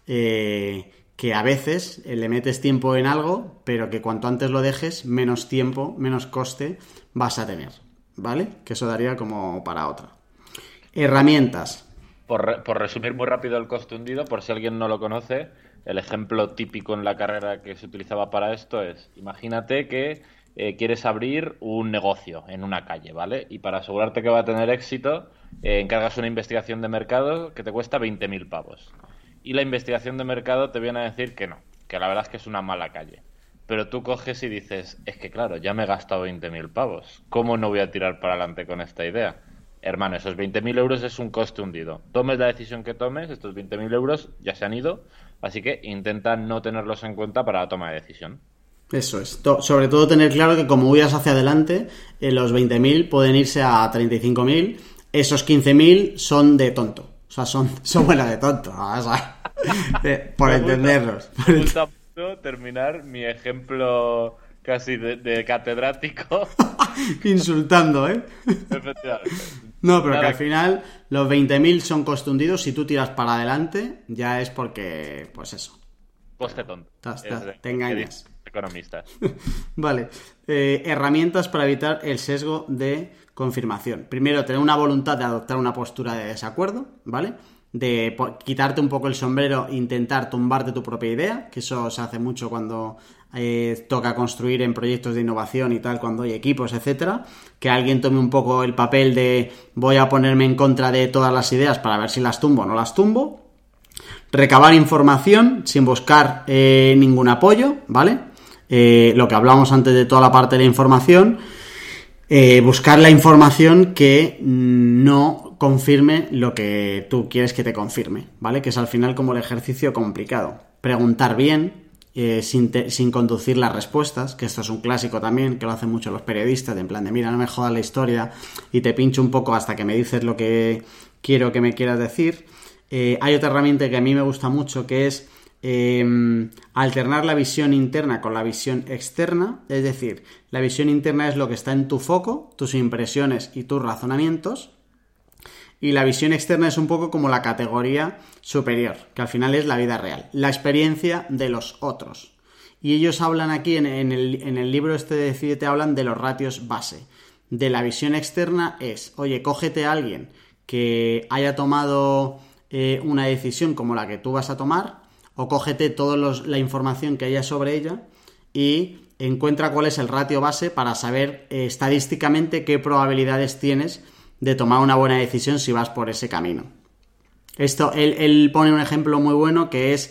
que a veces le metes tiempo en algo, pero que cuanto antes lo dejes, menos tiempo, menos coste vas a tener, ¿vale? Que eso daría como para otra. Herramientas. Por resumir muy rápido el coste hundido, por si alguien no lo conoce, el ejemplo típico en la carrera que se utilizaba para esto es, imagínate que quieres abrir un negocio en una calle, ¿vale? Y para asegurarte que va a tener éxito, encargas una investigación de mercado que te cuesta 20.000 pavos. Y la investigación de mercado te viene a decir que no, que la verdad es que es una mala calle. Pero tú coges y dices, es que claro, ya me he gastado 20.000 pavos. ¿Cómo no voy a tirar para adelante con esta idea? Hermano, esos 20.000 euros es un coste hundido. Tomes la decisión que tomes, estos 20.000 euros ya se han ido, así que intenta no tenerlos en cuenta para la toma de decisión. Eso es. Sobre todo tener claro que como vayas hacia adelante, los 20.000 pueden irse a 35.000, esos 15.000 son de tonto. O sea, son buenas de tonto. O sea, por entenderlos. Me gusta mucho terminar mi ejemplo casi de catedrático. Insultando, ¿eh? Efectivamente. No, pero Nada, que al final los 20.000 son coste hundido. Si tú tiras para adelante, ya es porque, pues eso, coste tonto. te engañas. Economistas. Vale. Herramientas para evitar el sesgo de confirmación. Primero, tener una voluntad de adoptar una postura de desacuerdo, ¿vale? De quitarte un poco el sombrero, intentar tumbarte tu propia idea, que eso se hace mucho cuando toca construir en proyectos de innovación y tal, cuando hay equipos, etcétera, que alguien tome un poco el papel de voy a ponerme en contra de todas las ideas para ver si las tumbo o no las tumbo. Recabar información sin buscar ningún apoyo, ¿vale? Lo que hablábamos antes de toda la parte de la información, buscar la información que no confirme lo que tú quieres que te confirme, ¿vale? Que es al final como el ejercicio complicado. Preguntar bien, sin conducir las respuestas, que esto es un clásico también, que lo hacen mucho los periodistas, de en plan de mira, no me jodas la historia y te pincho un poco hasta que me dices lo que quiero que me quieras decir. Hay otra herramienta que a mí me gusta mucho, que es alternar la visión interna con la visión externa. Es decir, la visión interna es lo que está en tu foco, tus impresiones y tus razonamientos, y la visión externa es un poco como la categoría superior, que al final es la vida real, la experiencia de los otros. Y ellos hablan aquí en el libro este de Decídete, hablan de los ratios base. De la visión externa es, oye, cógete a alguien que haya tomado una decisión como la que tú vas a tomar, o cógete toda la información que haya sobre ella y encuentra cuál es el ratio base para saber estadísticamente qué probabilidades tienes de tomar una buena decisión si vas por ese camino. Esto, él pone un ejemplo muy bueno, que es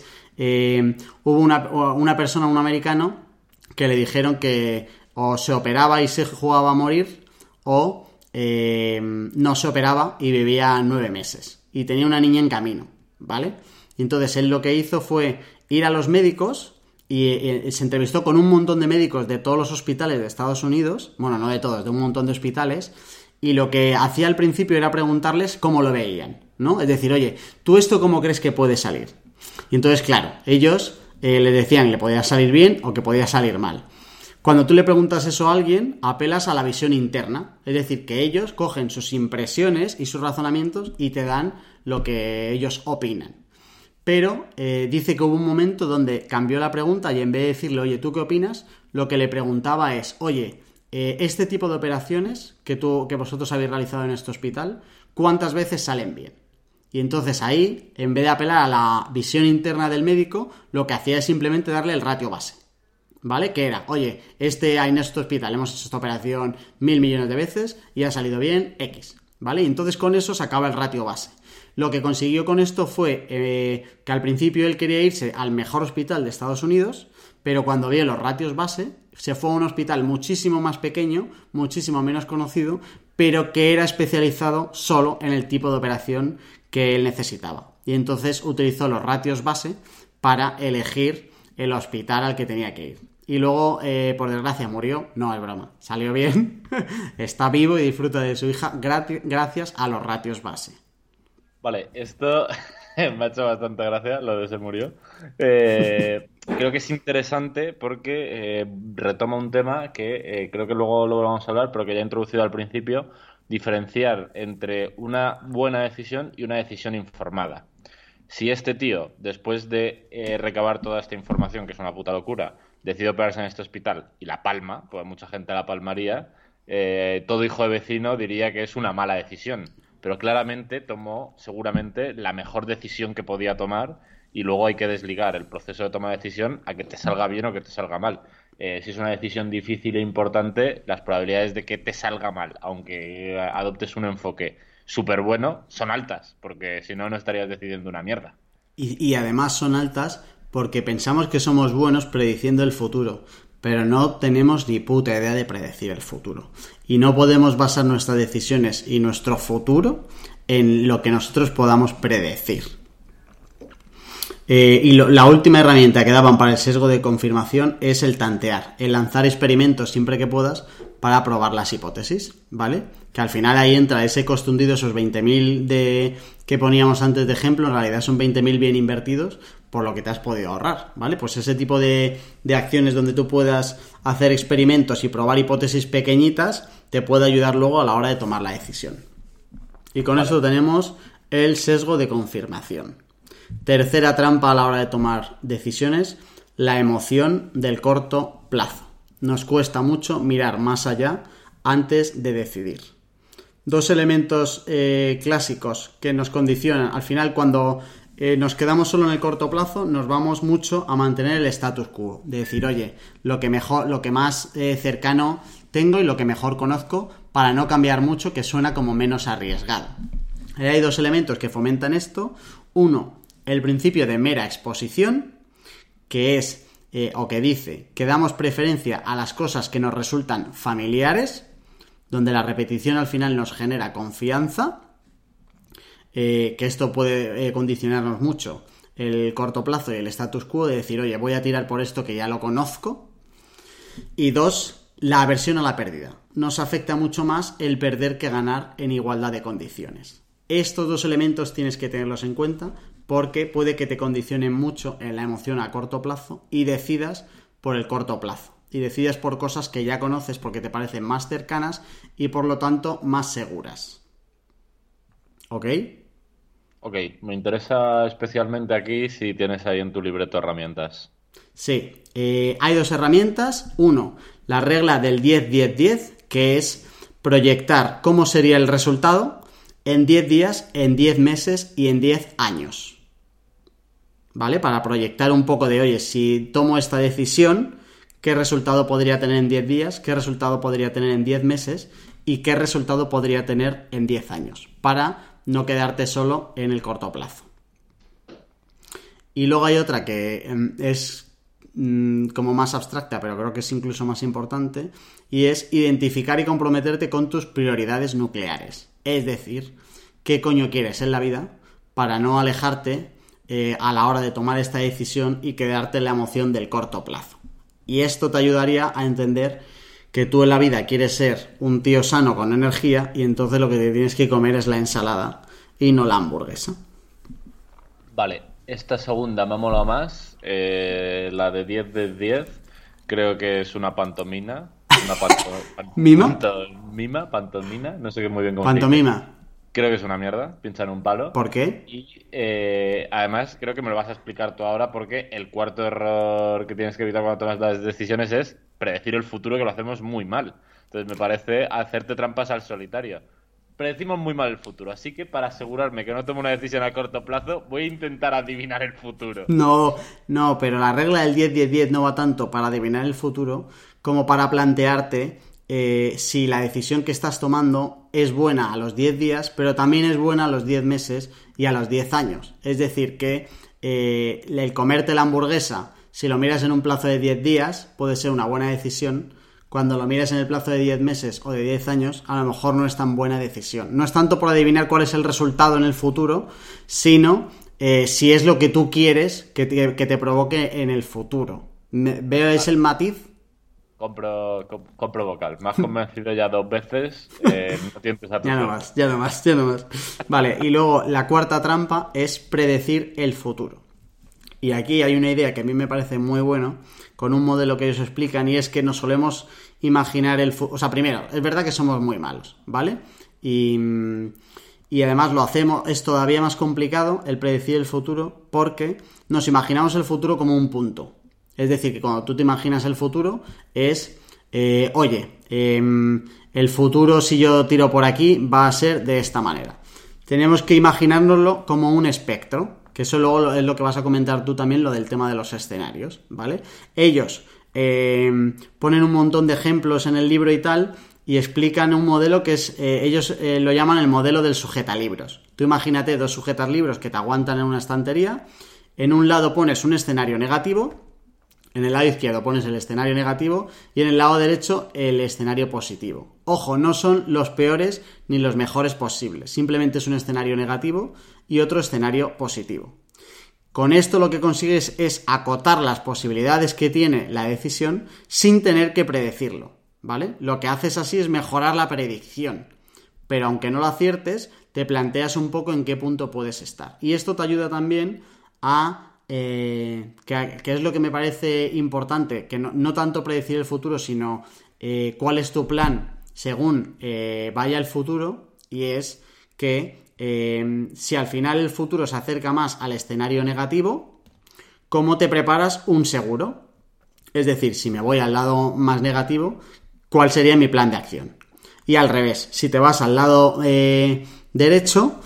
hubo una persona, un americano, que le dijeron que o se operaba y se jugaba a morir, o no se operaba y vivía 9 meses. y tenía una niña en camino, ¿vale? Y entonces él lo que hizo fue ir a los médicos y se entrevistó con un montón de médicos de todos los hospitales de Estados Unidos, bueno, no de todos, de un montón de hospitales, y lo que hacía al principio era preguntarles cómo lo veían, ¿no? Es decir, oye, ¿tú esto cómo crees que puede salir? Y entonces, claro, ellos le decían que le podía salir bien o que podía salir mal. Cuando tú le preguntas eso a alguien, apelas a la visión interna, es decir, que ellos cogen sus impresiones y sus razonamientos y te dan lo que ellos opinan. Pero dice que hubo un momento donde cambió la pregunta y en vez de decirle, oye, ¿tú qué opinas? Lo que le preguntaba es, oye, este tipo de operaciones que vosotros habéis realizado en este hospital, ¿cuántas veces salen bien? Y entonces ahí, en vez de apelar a la visión interna del médico, lo que hacía es simplemente darle el ratio base, ¿vale? Que era, oye, en este hospital hemos hecho esta operación 1.000 millones de veces y ha salido bien X, ¿vale? Y entonces con eso sacaba el ratio base. Lo que consiguió con esto fue que al principio él quería irse al mejor hospital de Estados Unidos, pero cuando vio los ratios base, se fue a un hospital muchísimo más pequeño, muchísimo menos conocido, pero que era especializado solo en el tipo de operación que él necesitaba. Y entonces utilizó los ratios base para elegir el hospital al que tenía que ir. Y luego, por desgracia, murió. No, es broma. Salió bien. Está vivo y disfruta de su hija gracias a los ratios base. Vale, esto me ha hecho bastante gracia, lo de se murió. Creo que es interesante porque retoma un tema que creo que luego lo vamos a hablar, pero que ya he introducido al principio, diferenciar entre una buena decisión y una decisión informada. Si este tío, después de recabar toda esta información, que es una puta locura, decide operarse en este hospital y la palma, pues mucha gente la palmaría, todo hijo de vecino diría que es una mala decisión. Pero claramente tomó seguramente la mejor decisión que podía tomar y luego hay que desligar el proceso de toma de decisión a que te salga bien o que te salga mal. Si es una decisión difícil e importante, las probabilidades de que te salga mal, aunque adoptes un enfoque súper bueno, son altas, porque si no, no estarías decidiendo una mierda. Y además son altas porque pensamos que somos buenos prediciendo el futuro, pero no tenemos ni puta idea de predecir el futuro. Y no podemos basar nuestras decisiones y nuestro futuro en lo que nosotros podamos predecir. La última herramienta que daban para el sesgo de confirmación es el tantear, el lanzar experimentos siempre que puedas para probar las hipótesis, ¿vale? Que al final ahí entra ese coste hundido, esos 20.000 que poníamos antes de ejemplo, en realidad son 20.000 bien invertidos por lo que te has podido ahorrar, ¿vale? Pues ese tipo de acciones donde tú puedas hacer experimentos y probar hipótesis pequeñitas te puede ayudar luego a la hora de tomar la decisión. Y con eso tenemos el sesgo de confirmación. Tercera trampa a la hora de tomar decisiones, la emoción del corto plazo. Nos cuesta mucho mirar más allá antes de decidir. Dos elementos clásicos que nos condicionan. Al final, cuando nos quedamos solo en el corto plazo, nos vamos mucho a mantener el status quo. De decir, oye, lo que más cercano tengo y lo que mejor conozco para no cambiar mucho, que suena como menos arriesgado. Hay dos elementos que fomentan esto. Uno, el principio de mera exposición, que es, o que dice, que damos preferencia a las cosas que nos resultan familiares, donde la repetición al final nos genera confianza, que esto puede condicionarnos mucho el corto plazo y el status quo, de decir, oye, voy a tirar por esto que ya lo conozco. Y dos, la aversión a la pérdida. Nos afecta mucho más el perder que ganar en igualdad de condiciones. Estos dos elementos tienes que tenerlos en cuenta porque puede que te condicionen mucho en la emoción a corto plazo y decidas por el corto plazo. Y decidas por cosas que ya conoces porque te parecen más cercanas y por lo tanto más seguras. ¿Ok? Ok, me interesa especialmente aquí si tienes ahí en tu libreto herramientas. Sí, hay dos herramientas. Uno, la regla del 10-10-10, que es proyectar cómo sería el resultado en 10 días, en 10 meses y en 10 años. ¿Vale? Para proyectar un poco de, oye, si tomo esta decisión, ¿qué resultado podría tener en 10 días? ¿Qué resultado podría tener en 10 meses? ¿Y qué resultado podría tener en 10 años? Para no quedarte solo en el corto plazo. Y luego hay otra que es como más abstracta, pero creo que es incluso más importante, y es identificar y comprometerte con tus prioridades nucleares. Es decir, ¿qué coño quieres en la vida? para no alejarte a la hora de tomar esta decisión y quedarte en la emoción del corto plazo. Y esto te ayudaría a entender que tú en la vida quieres ser un tío sano con energía y entonces lo que te tienes que comer es la ensalada y no la hamburguesa. Vale, esta segunda me ha molado más, la de 10 de 10, creo que es una pantomima. ¿Mima? Pantomima, no sé qué muy bien cómo se dice. Pantomima. Creo que es una mierda, pincha en un palo. ¿Por qué? Y además creo que me lo vas a explicar tú ahora porque el cuarto error que tienes que evitar cuando tomas las decisiones es predecir el futuro, que lo hacemos muy mal. Entonces me parece hacerte trampas al solitario. Predecimos muy mal el futuro, así que para asegurarme que no tomo una decisión a corto plazo, voy a intentar adivinar el futuro. No, pero la regla del 10-10-10 no va tanto para adivinar el futuro como para plantearte si la decisión que estás tomando es buena a los 10 días, pero también es buena a los 10 meses y a los 10 años. Es decir, que el comerte la hamburguesa, si lo miras en un plazo de 10 días, puede ser una buena decisión. Cuando lo miras en el plazo de 10 meses o de 10 años, a lo mejor no es tan buena decisión. No es tanto por adivinar cuál es el resultado en el futuro, sino si es lo que tú quieres que te provoque en el futuro. ¿Veo ese el matiz? Compro vocal. Me has convencido ya 2 veces. No tientes a tu Ya no más. Vale, y luego la cuarta trampa es predecir el futuro. Y aquí hay una idea que a mí me parece muy bueno, con un modelo que ellos explican, y es que nos solemos imaginar el futuro. O sea, primero, es verdad que somos muy malos, ¿vale? Y además lo hacemos, es todavía más complicado el predecir el futuro porque nos imaginamos el futuro como un punto. Es decir, que cuando tú te imaginas el futuro es, el futuro si yo tiro por aquí va a ser de esta manera. Tenemos que imaginárnoslo como un espectro, que eso luego es lo que vas a comentar tú también, lo del tema de los escenarios, ¿vale? Ellos ponen un montón de ejemplos en el libro y tal, y explican un modelo que es, ellos lo llaman el modelo del sujetalibros. Tú imagínate 2 sujetalibros que te aguantan en una estantería, en un lado pones un escenario negativo, en el lado izquierdo pones el escenario negativo y en el lado derecho el escenario positivo. Ojo, no son los peores ni los mejores posibles. Simplemente es un escenario negativo y otro escenario positivo. Con esto lo que consigues es acotar las posibilidades que tiene la decisión sin tener que predecirlo, ¿vale? Lo que haces así es mejorar la predicción. Pero aunque no lo aciertes, te planteas un poco en qué punto puedes estar. Y esto te ayuda también a... que es lo que me parece importante, que no tanto predecir el futuro, sino cuál es tu plan según vaya el futuro, y es que si al final el futuro se acerca más al escenario negativo, ¿cómo te preparas un seguro? Es decir, si me voy al lado más negativo, ¿cuál sería mi plan de acción? Y al revés, si te vas al lado derecho,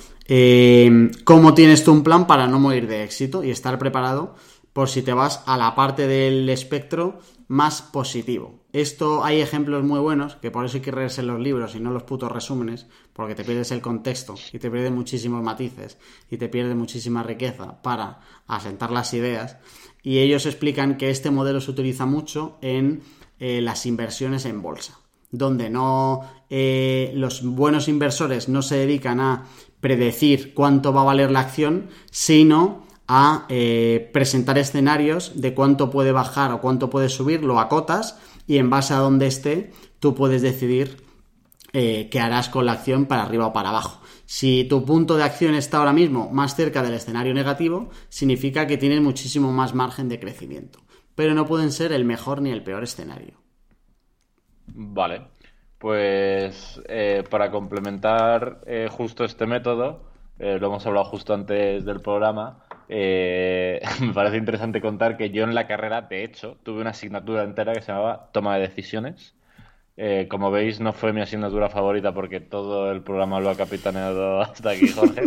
¿cómo tienes tú un plan para no morir de éxito y estar preparado por si te vas a la parte del espectro más positivo? Esto hay ejemplos muy buenos, que por eso hay que leerse los libros y no los putos resúmenes, porque te pierdes el contexto y te pierdes muchísimos matices y te pierdes muchísima riqueza para asentar las ideas. Y ellos explican que este modelo se utiliza mucho en las inversiones en bolsa, donde no los buenos inversores no se dedican a predecir cuánto va a valer la acción, sino a presentar escenarios de cuánto puede bajar o cuánto puede subir, lo acotas y en base a donde esté tú puedes decidir qué harás con la acción para arriba o para abajo. Si tu punto de acción está ahora mismo más cerca del escenario negativo, significa que tienes muchísimo más margen de crecimiento, pero no pueden ser el mejor ni el peor escenario. Vale, pues para complementar justo este método, lo hemos hablado justo antes del programa, me parece interesante contar que yo en la carrera, de hecho, tuve una asignatura entera que se llamaba Toma de Decisiones. Como veis, no fue mi asignatura favorita porque todo el programa lo ha capitaneado hasta aquí Jorge.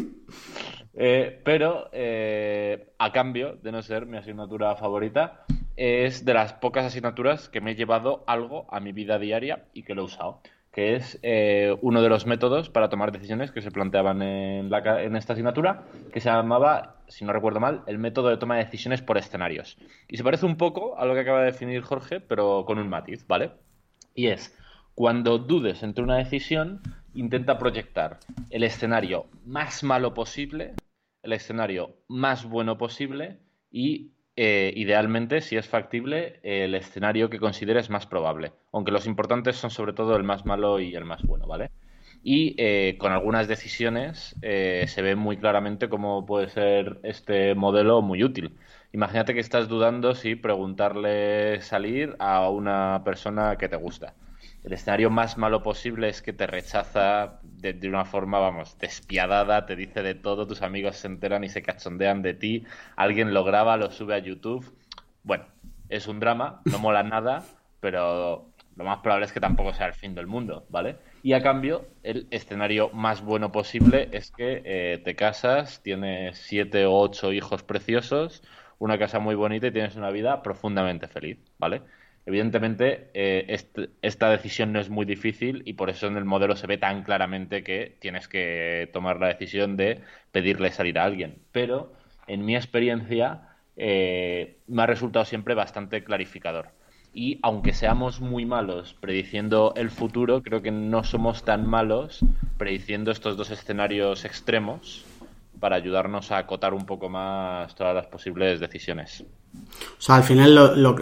Pero a cambio de no ser mi asignatura favorita, es de las pocas asignaturas que me he llevado algo a mi vida diaria y que lo he usado, que es uno de los métodos para tomar decisiones que se planteaban en esta asignatura, que se llamaba, si no recuerdo mal, el método de toma de decisiones por escenarios. Y se parece un poco a lo que acaba de definir Jorge, pero con un matiz, ¿vale? Y es, cuando dudes entre una decisión, intenta proyectar el escenario más malo posible el escenario más bueno posible y idealmente, si es factible, el escenario que consideres más probable. Aunque los importantes son sobre todo el más malo y el más bueno, ¿vale? Y con algunas decisiones se ve muy claramente cómo puede ser este modelo muy útil. Imagínate que estás dudando si preguntarle salir a una persona que te gusta. El escenario más malo posible es que te rechaza de una forma, vamos, despiadada, te dice de todo, tus amigos se enteran y se cachondean de ti, alguien lo graba, lo sube a YouTube. Bueno, es un drama, no mola nada, pero lo más probable es que tampoco sea el fin del mundo, ¿vale? Y a cambio, el escenario más bueno posible es que te casas, tienes 7 o 8 hijos preciosos, una casa muy bonita y tienes una vida profundamente feliz, ¿vale? Evidentemente, esta decisión no es muy difícil y por eso en el modelo se ve tan claramente que tienes que tomar la decisión de pedirle salir a alguien. Pero, en mi experiencia, me ha resultado siempre bastante clarificador. Y aunque seamos muy malos prediciendo el futuro, creo que no somos tan malos prediciendo estos dos escenarios extremos para ayudarnos a acotar un poco más todas las posibles decisiones. O sea, al final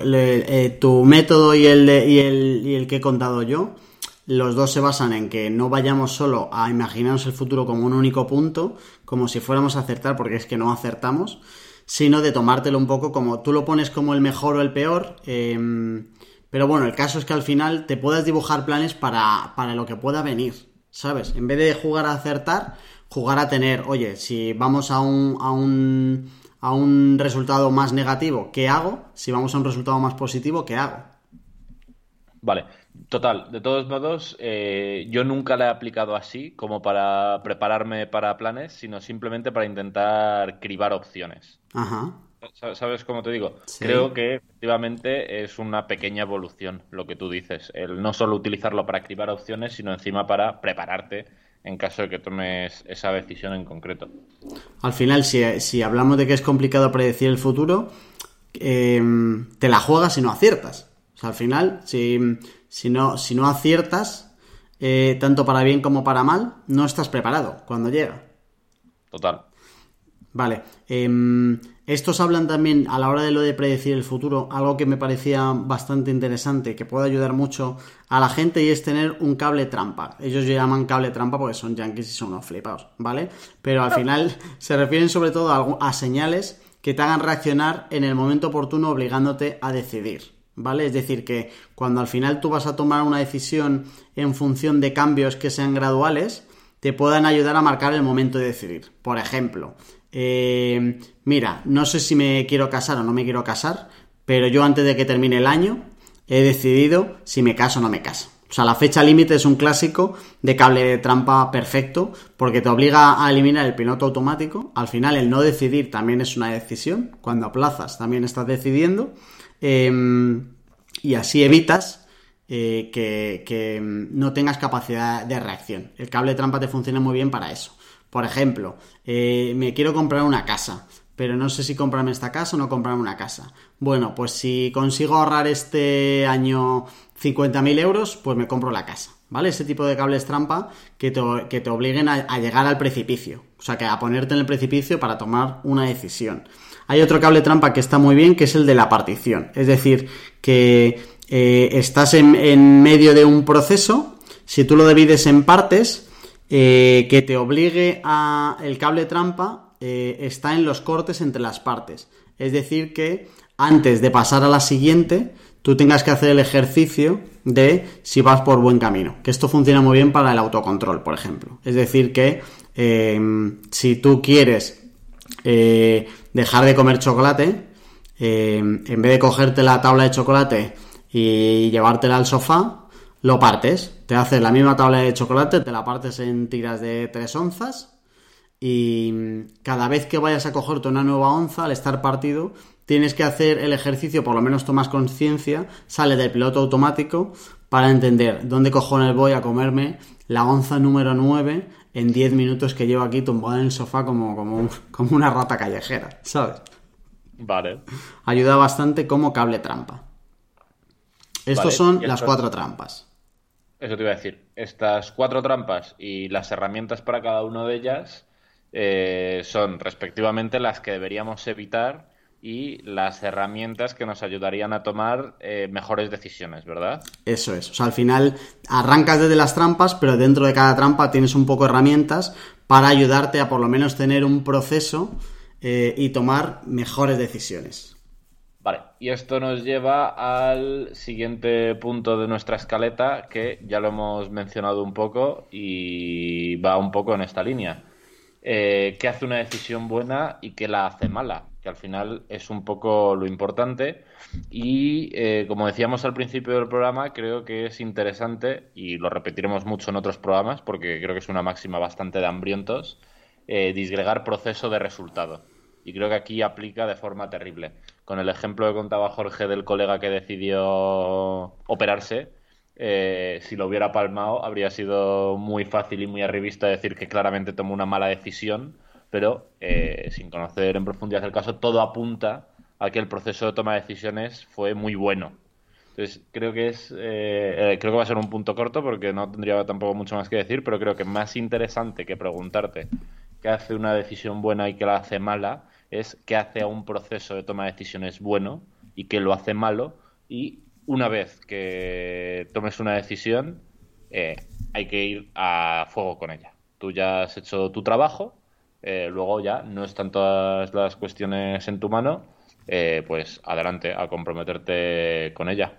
tu método y el que he contado yo, los dos se basan en que no vayamos solo a imaginarnos el futuro como un único punto, como si fuéramos a acertar, porque es que no acertamos, sino de tomártelo un poco como tú lo pones como el mejor o el peor. Pero bueno, el caso es que al final te puedas dibujar planes para lo que pueda venir, ¿sabes? En vez de jugar a acertar, jugar a tener, oye, si vamos a un resultado más negativo, ¿qué hago? Si vamos a un resultado más positivo, ¿qué hago? Vale, total. De todos modos, yo nunca la he aplicado así, como para prepararme para planes, sino simplemente para intentar cribar opciones. Ajá. ¿Sabes cómo te digo? Sí. Creo que efectivamente es una pequeña evolución lo que tú dices. El no solo utilizarlo para cribar opciones, sino encima para prepararte en caso de que tomes esa decisión en concreto. Al final, si hablamos de que es complicado predecir el futuro, te la juegas si no aciertas. O sea, al final, si no aciertas, tanto para bien como para mal, no estás preparado cuando llega. Total. Vale. Estos hablan también, a la hora de lo de predecir el futuro, algo que me parecía bastante interesante, que puede ayudar mucho a la gente, y es tener un cable trampa. Ellos llaman cable trampa porque son yankees y son unos flipados, ¿vale? Pero al final se refieren sobre todo a señales que te hagan reaccionar en el momento oportuno, obligándote a decidir, ¿vale? Es decir, que cuando al final tú vas a tomar una decisión en función de cambios que sean graduales, te puedan ayudar a marcar el momento de decidir. Por ejemplo, mira, no sé si me quiero casar o no me quiero casar, pero yo antes de que termine el año he decidido si me caso o no me caso. O sea, la fecha límite es un clásico de cable de trampa perfecto, porque te obliga a eliminar el piloto automático. Al final, el no decidir también es una decisión. Cuando aplazas también estás decidiendo, y así evitas que no tengas capacidad de reacción. El cable de trampa te funciona muy bien para eso. Por ejemplo, me quiero comprar una casa, pero no sé si comprarme esta casa o no comprarme una casa. Bueno, pues si consigo ahorrar este año 50.000 euros, pues me compro la casa, ¿vale? Ese tipo de cables trampa que te obliguen a llegar al precipicio, o sea, que a ponerte en el precipicio para tomar una decisión. Hay otro cable trampa que está muy bien, que es el de la partición, es decir, que estás en medio de un proceso, si tú lo divides en partes, que te obligue a... El cable trampa está en los cortes entre las partes. Es decir, que antes de pasar a la siguiente, tú tengas que hacer el ejercicio de si vas por buen camino. Que esto funciona muy bien para el autocontrol, por ejemplo. Es decir, que si tú quieres dejar de comer chocolate, en vez de cogerte la tabla de chocolate y llevártela al sofá, lo partes, te haces la misma tabla de chocolate, te la partes en tiras de 3 onzas y cada vez que vayas a cogerte una nueva onza, al estar partido, tienes que hacer el ejercicio, por lo menos tomas conciencia, sale del piloto automático para entender dónde cojones voy a comerme la onza número 9 en 10 minutos que llevo aquí tumbado en el sofá como una rata callejera, ¿sabes? Vale. Ayuda bastante como cable trampa. Estos Vale, son las 4 trampas. Eso te iba a decir. Estas 4 trampas y las herramientas para cada una de ellas son respectivamente las que deberíamos evitar y las herramientas que nos ayudarían a tomar mejores decisiones, ¿verdad? Eso es. O sea, al final arrancas desde las trampas, pero dentro de cada trampa tienes un poco de herramientas para ayudarte a por lo menos tener un proceso y tomar mejores decisiones. Vale, y esto nos lleva al siguiente punto de nuestra escaleta, que ya lo hemos mencionado un poco y va un poco en esta línea. ¿Qué hace una decisión buena y qué la hace mala? Que al final es un poco lo importante. Y como decíamos al principio del programa, creo que es interesante, y lo repetiremos mucho en otros programas, porque creo que es una máxima bastante de hambrientos, disgregar proceso de resultado. Y creo que aquí aplica de forma terrible. Con el ejemplo que contaba Jorge del colega que decidió operarse, si lo hubiera palmado, habría sido muy fácil y muy arribista decir que claramente tomó una mala decisión, pero sin conocer en profundidad el caso, todo apunta a que el proceso de toma de decisiones fue muy bueno. Entonces, creo que va a ser un punto corto porque no tendría tampoco mucho más que decir, pero creo que más interesante que preguntarte qué hace una decisión buena y qué la hace mala es qué hace a un proceso de toma de decisiones bueno y qué lo hace malo. Y una vez que tomes una decisión, hay que ir a fuego con ella. Tú ya has hecho tu trabajo, luego ya no están todas las cuestiones en tu mano, pues adelante a comprometerte con ella.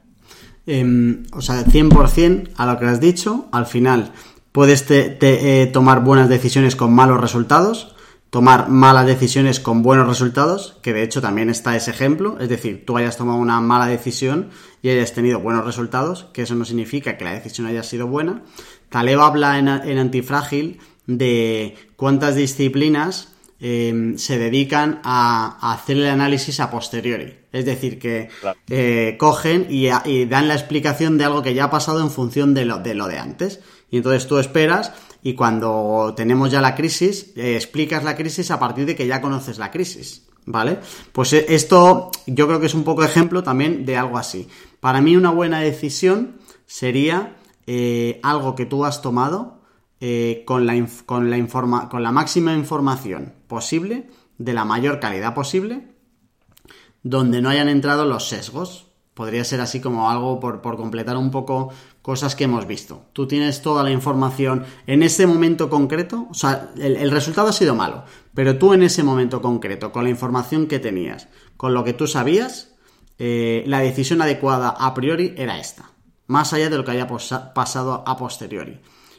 O sea, 100% a lo que has dicho. Al final puedes tomar buenas decisiones con malos resultados, tomar malas decisiones con buenos resultados, que de hecho también está ese ejemplo. Es decir, tú hayas tomado una mala decisión y hayas tenido buenos resultados, que eso no significa que la decisión haya sido buena. Taleb habla en Antifrágil de cuántas disciplinas se dedican a hacer el análisis a posteriori. Es decir, que Claro. cogen y dan la explicación de algo que ya ha pasado en función de lo de antes. Y entonces tú esperas y cuando tenemos ya la crisis, explicas la crisis a partir de que ya conoces la crisis. ¿Vale? Pues esto yo creo que es un poco ejemplo también de algo así. Para mí una buena decisión sería algo que tú has tomado con la máxima información posible, de la mayor calidad posible, donde no hayan entrado los sesgos. Podría ser así como algo por completar un poco cosas que hemos visto. Tú tienes toda la información en ese momento concreto, o sea, el resultado ha sido malo, pero tú en ese momento concreto, con la información que tenías, con lo que tú sabías, la decisión adecuada a priori era esta, más allá de lo que haya pasado a posteriori.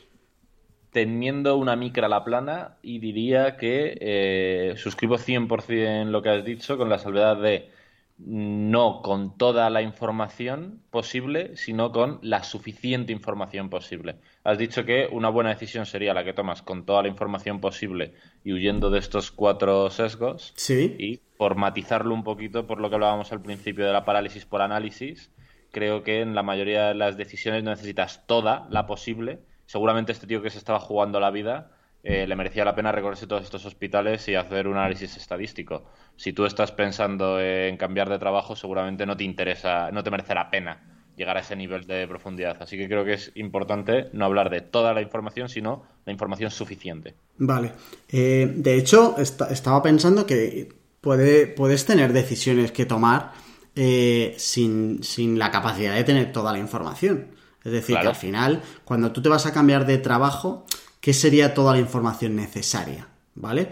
Teniendo una micra a la plana, y diría que suscribo 100% lo que has dicho, con la salvedad de no con toda la información posible, sino con la suficiente información posible. Has dicho que una buena decisión sería la que tomas con toda la información posible y huyendo de estos 4 sesgos. Sí. Y por matizarlo un poquito, por lo que hablábamos al principio de la parálisis por análisis, creo que en la mayoría de las decisiones no necesitas toda la posible. Seguramente este tío que se estaba jugando la vida le merecía la pena recorrerse todos estos hospitales y hacer un análisis estadístico. Si tú estás pensando en cambiar de trabajo, seguramente no te interesa, no te merece la pena llegar a ese nivel de profundidad. Así que creo que es importante no hablar de toda la información, sino la información suficiente. Vale. De hecho, estaba pensando que puedes tener decisiones que tomar sin la capacidad de tener toda la información. Es decir, Claro. que al final, cuando tú te vas a cambiar de trabajo, ¿qué sería toda la información necesaria? ¿Vale?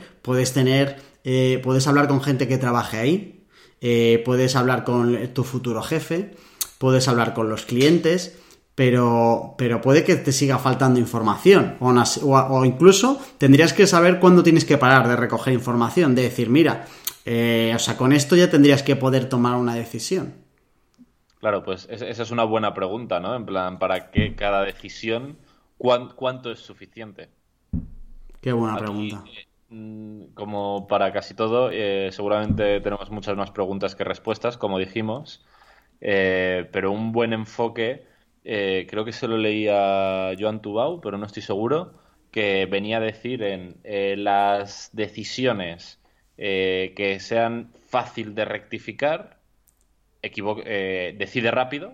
Puedes hablar con gente que trabaje ahí, puedes hablar con tu futuro jefe, puedes hablar con los clientes, pero puede que te siga faltando información o incluso tendrías que saber cuándo tienes que parar de recoger información, de decir, mira, o sea, con esto ya tendrías que poder tomar una decisión. Claro, pues esa es una buena pregunta, ¿no? En plan, ¿para qué cada decisión, cuánto es suficiente? Qué buena Aquí, pregunta. como para casi todo, seguramente tenemos muchas más preguntas que respuestas, como dijimos, pero un buen enfoque, creo que se lo leía Joan Tubau, pero no estoy seguro, que venía a decir en las decisiones que sean fácil de rectificar, decide rápido,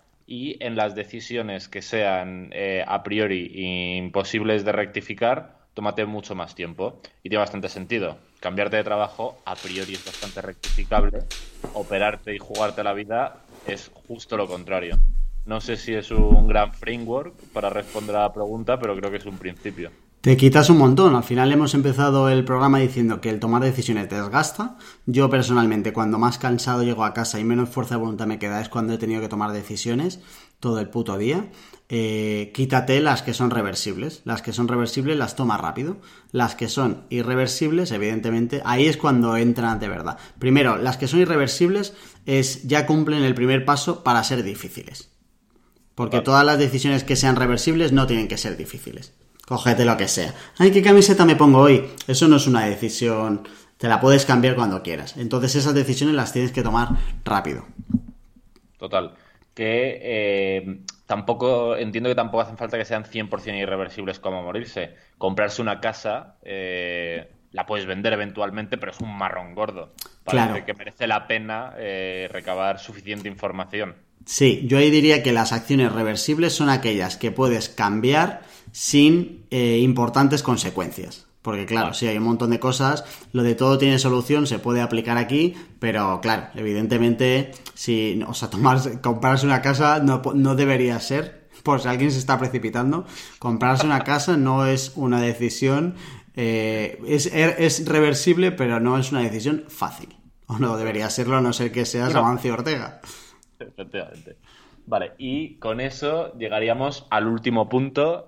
y en las decisiones que sean a priori imposibles de rectificar, tómate mucho más tiempo. Y tiene bastante sentido. Cambiarte de trabajo a priori es bastante rectificable. Operarte y jugarte la vida es justo lo contrario. No sé si es un gran framework para responder a la pregunta, pero creo que es un principio. Te quitas un montón. Al final hemos empezado el programa diciendo que el tomar decisiones te desgasta. Yo personalmente, cuando más cansado llego a casa y menos fuerza de voluntad me queda, es cuando he tenido que tomar decisiones todo el puto día. Quítate las que son reversibles. Las que son reversibles las tomas rápido. Las que son irreversibles, evidentemente, ahí es cuando entran de verdad. Primero, las que son irreversibles ya cumplen el primer paso para ser difíciles. Porque todas las decisiones que sean reversibles no tienen que ser difíciles. Cógete lo que sea. Ay, ¿qué camiseta me pongo hoy? Eso no es una decisión. Te la puedes cambiar cuando quieras. Entonces esas decisiones las tienes que tomar rápido. Total. Que entiendo que tampoco hacen falta que sean 100% irreversibles como morirse. Comprarse una casa, la puedes vender eventualmente, pero es un marrón gordo. Parece Claro. que merece la pena recabar suficiente información. Sí, yo ahí diría que las acciones reversibles son aquellas que puedes cambiar sin importantes consecuencias. Porque claro, sí, hay un montón de cosas, lo de todo tiene solución, se puede aplicar aquí, pero claro, evidentemente, comprarse una casa no debería ser, por si alguien se está precipitando, comprarse una casa no es una decisión, es reversible, pero no es una decisión fácil. O no debería serlo, a no ser que seas Amancio Ortega. Efectivamente. Vale, y con eso llegaríamos al último punto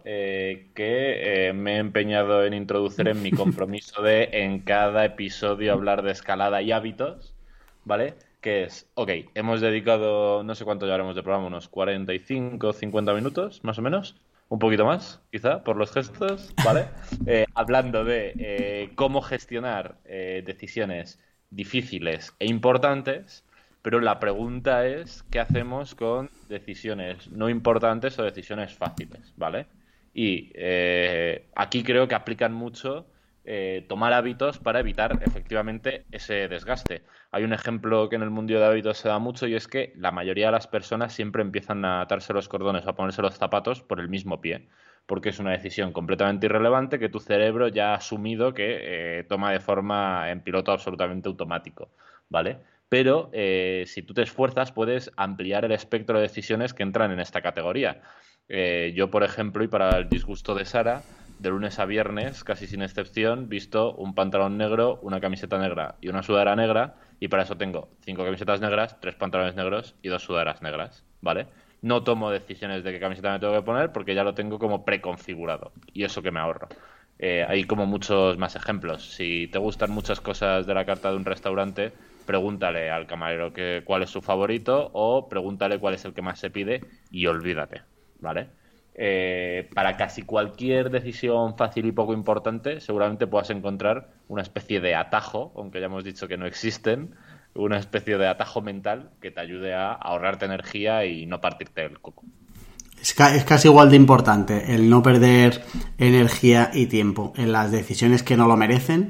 que me he empeñado en introducir en mi compromiso de en cada episodio hablar de escalada y hábitos, ¿vale? Que es, hemos dedicado, no sé cuánto llevaremos de programa, unos 45, 50 minutos, más o menos, un poquito más, quizá, por los gestos, ¿vale? Hablando de cómo gestionar decisiones difíciles e importantes. Pero la pregunta es, ¿qué hacemos con decisiones no importantes o decisiones fáciles? ¿Vale? Y aquí creo que aplican mucho tomar hábitos para evitar efectivamente ese desgaste. Hay un ejemplo que en el mundo de hábitos se da mucho y es que la mayoría de las personas siempre empiezan a atarse los cordones o a ponerse los zapatos por el mismo pie, porque es una decisión completamente irrelevante que tu cerebro ya ha asumido que toma de forma en piloto absolutamente automático, ¿vale? Pero si tú te esfuerzas puedes ampliar el espectro de decisiones que entran en esta categoría. Yo, por ejemplo, y para el disgusto de Sara, de lunes a viernes, casi sin excepción, visto un pantalón negro, una camiseta negra y una sudadera negra, y para eso tengo 5 camisetas negras, 3 pantalones negros y 2 sudaderas negras, ¿vale? No tomo decisiones de qué camiseta me tengo que poner porque ya lo tengo como preconfigurado, y eso que me ahorro. Hay como muchos más ejemplos. Si te gustan muchas cosas de la carta de un restaurante, pregúntale al camarero cuál es su favorito o pregúntale cuál es el que más se pide y olvídate, ¿vale? Para casi cualquier decisión fácil y poco importante, seguramente puedas encontrar una especie de atajo, aunque ya hemos dicho que no existen, una especie de atajo mental que te ayude a ahorrarte energía y no partirte el coco. Es casi igual de importante el no perder energía y tiempo en las decisiones que no lo merecen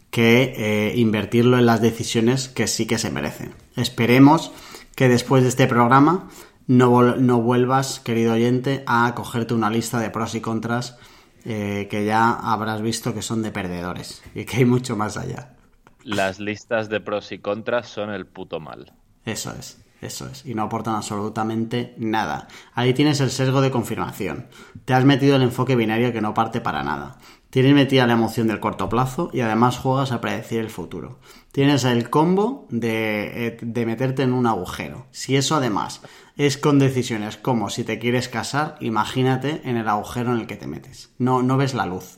que invertirlo en las decisiones que sí que se merecen. Esperemos que después de este programa no vuelvas, querido oyente, a cogerte una lista de pros y contras que ya habrás visto que son de perdedores y que hay mucho más allá. Las listas de pros y contras son el puto mal. Eso es. Y no aportan absolutamente nada. Ahí tienes el sesgo de confirmación. Te has metido el enfoque binario que no parte para nada. Tienes metida la emoción del corto plazo y además juegas a predecir el futuro. Tienes el combo de meterte en un agujero. Si eso además es con decisiones como si te quieres casar, imagínate en el agujero en el que te metes. No ves la luz.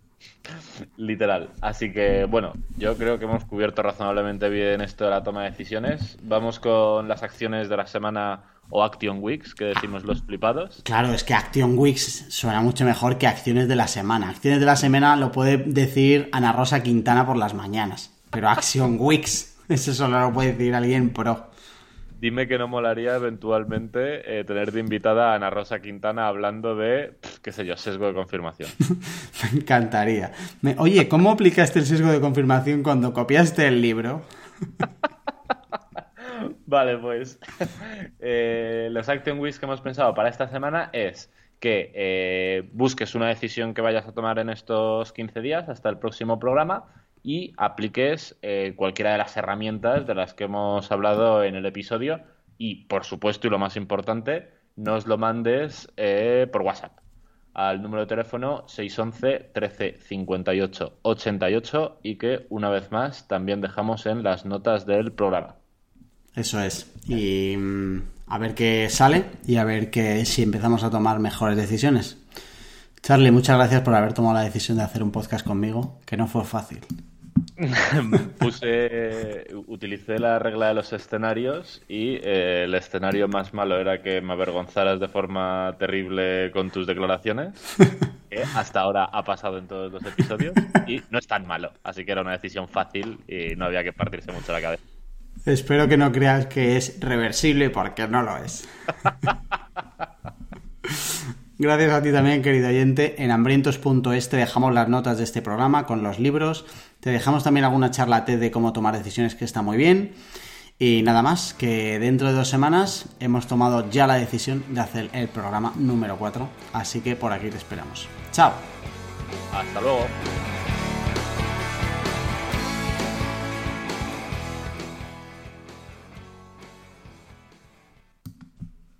Literal. Así que, bueno, yo creo que hemos cubierto razonablemente bien esto de la toma de decisiones. Vamos con las acciones de la semana o Action Weeks, que decimos los flipados. Claro, es que Action Weeks suena mucho mejor que acciones de la semana. Acciones de la semana lo puede decir Ana Rosa Quintana por las mañanas. Pero Action Weeks, eso solo lo puede decir alguien pro. Dime que no molaría eventualmente tener de invitada a Ana Rosa Quintana hablando de, qué sé yo, sesgo de confirmación. Me encantaría. Oye, ¿cómo aplicaste el sesgo de confirmación cuando copiaste el libro? Vale, pues los Action Weeks que hemos pensado para esta semana es que busques una decisión que vayas a tomar en estos 15 días hasta el próximo programa y apliques cualquiera de las herramientas de las que hemos hablado en el episodio y, por supuesto, y lo más importante, nos lo mandes por WhatsApp al número de teléfono 611 13 58 88 y que, una vez más, también dejamos en las notas del programa. Eso es. Y a ver qué sale y a ver si empezamos a tomar mejores decisiones. Charlie, muchas gracias por haber tomado la decisión de hacer un podcast conmigo, que no fue fácil. Utilicé la regla de los escenarios y el escenario más malo era que me avergonzaras de forma terrible con tus declaraciones, que hasta ahora ha pasado en todos los episodios y no es tan malo, así que era una decisión fácil y no había que partirse mucho la cabeza. Espero que no creas que es reversible, porque no lo es. Gracias a ti también, querido oyente. En hambrientos.es te dejamos las notas de este programa con los libros. Te dejamos también alguna charla TED de cómo tomar decisiones, que está muy bien. Y nada más, que dentro de 2 semanas hemos tomado ya la decisión de hacer el programa número 4. Así que por aquí te esperamos. ¡Chao! Hasta luego.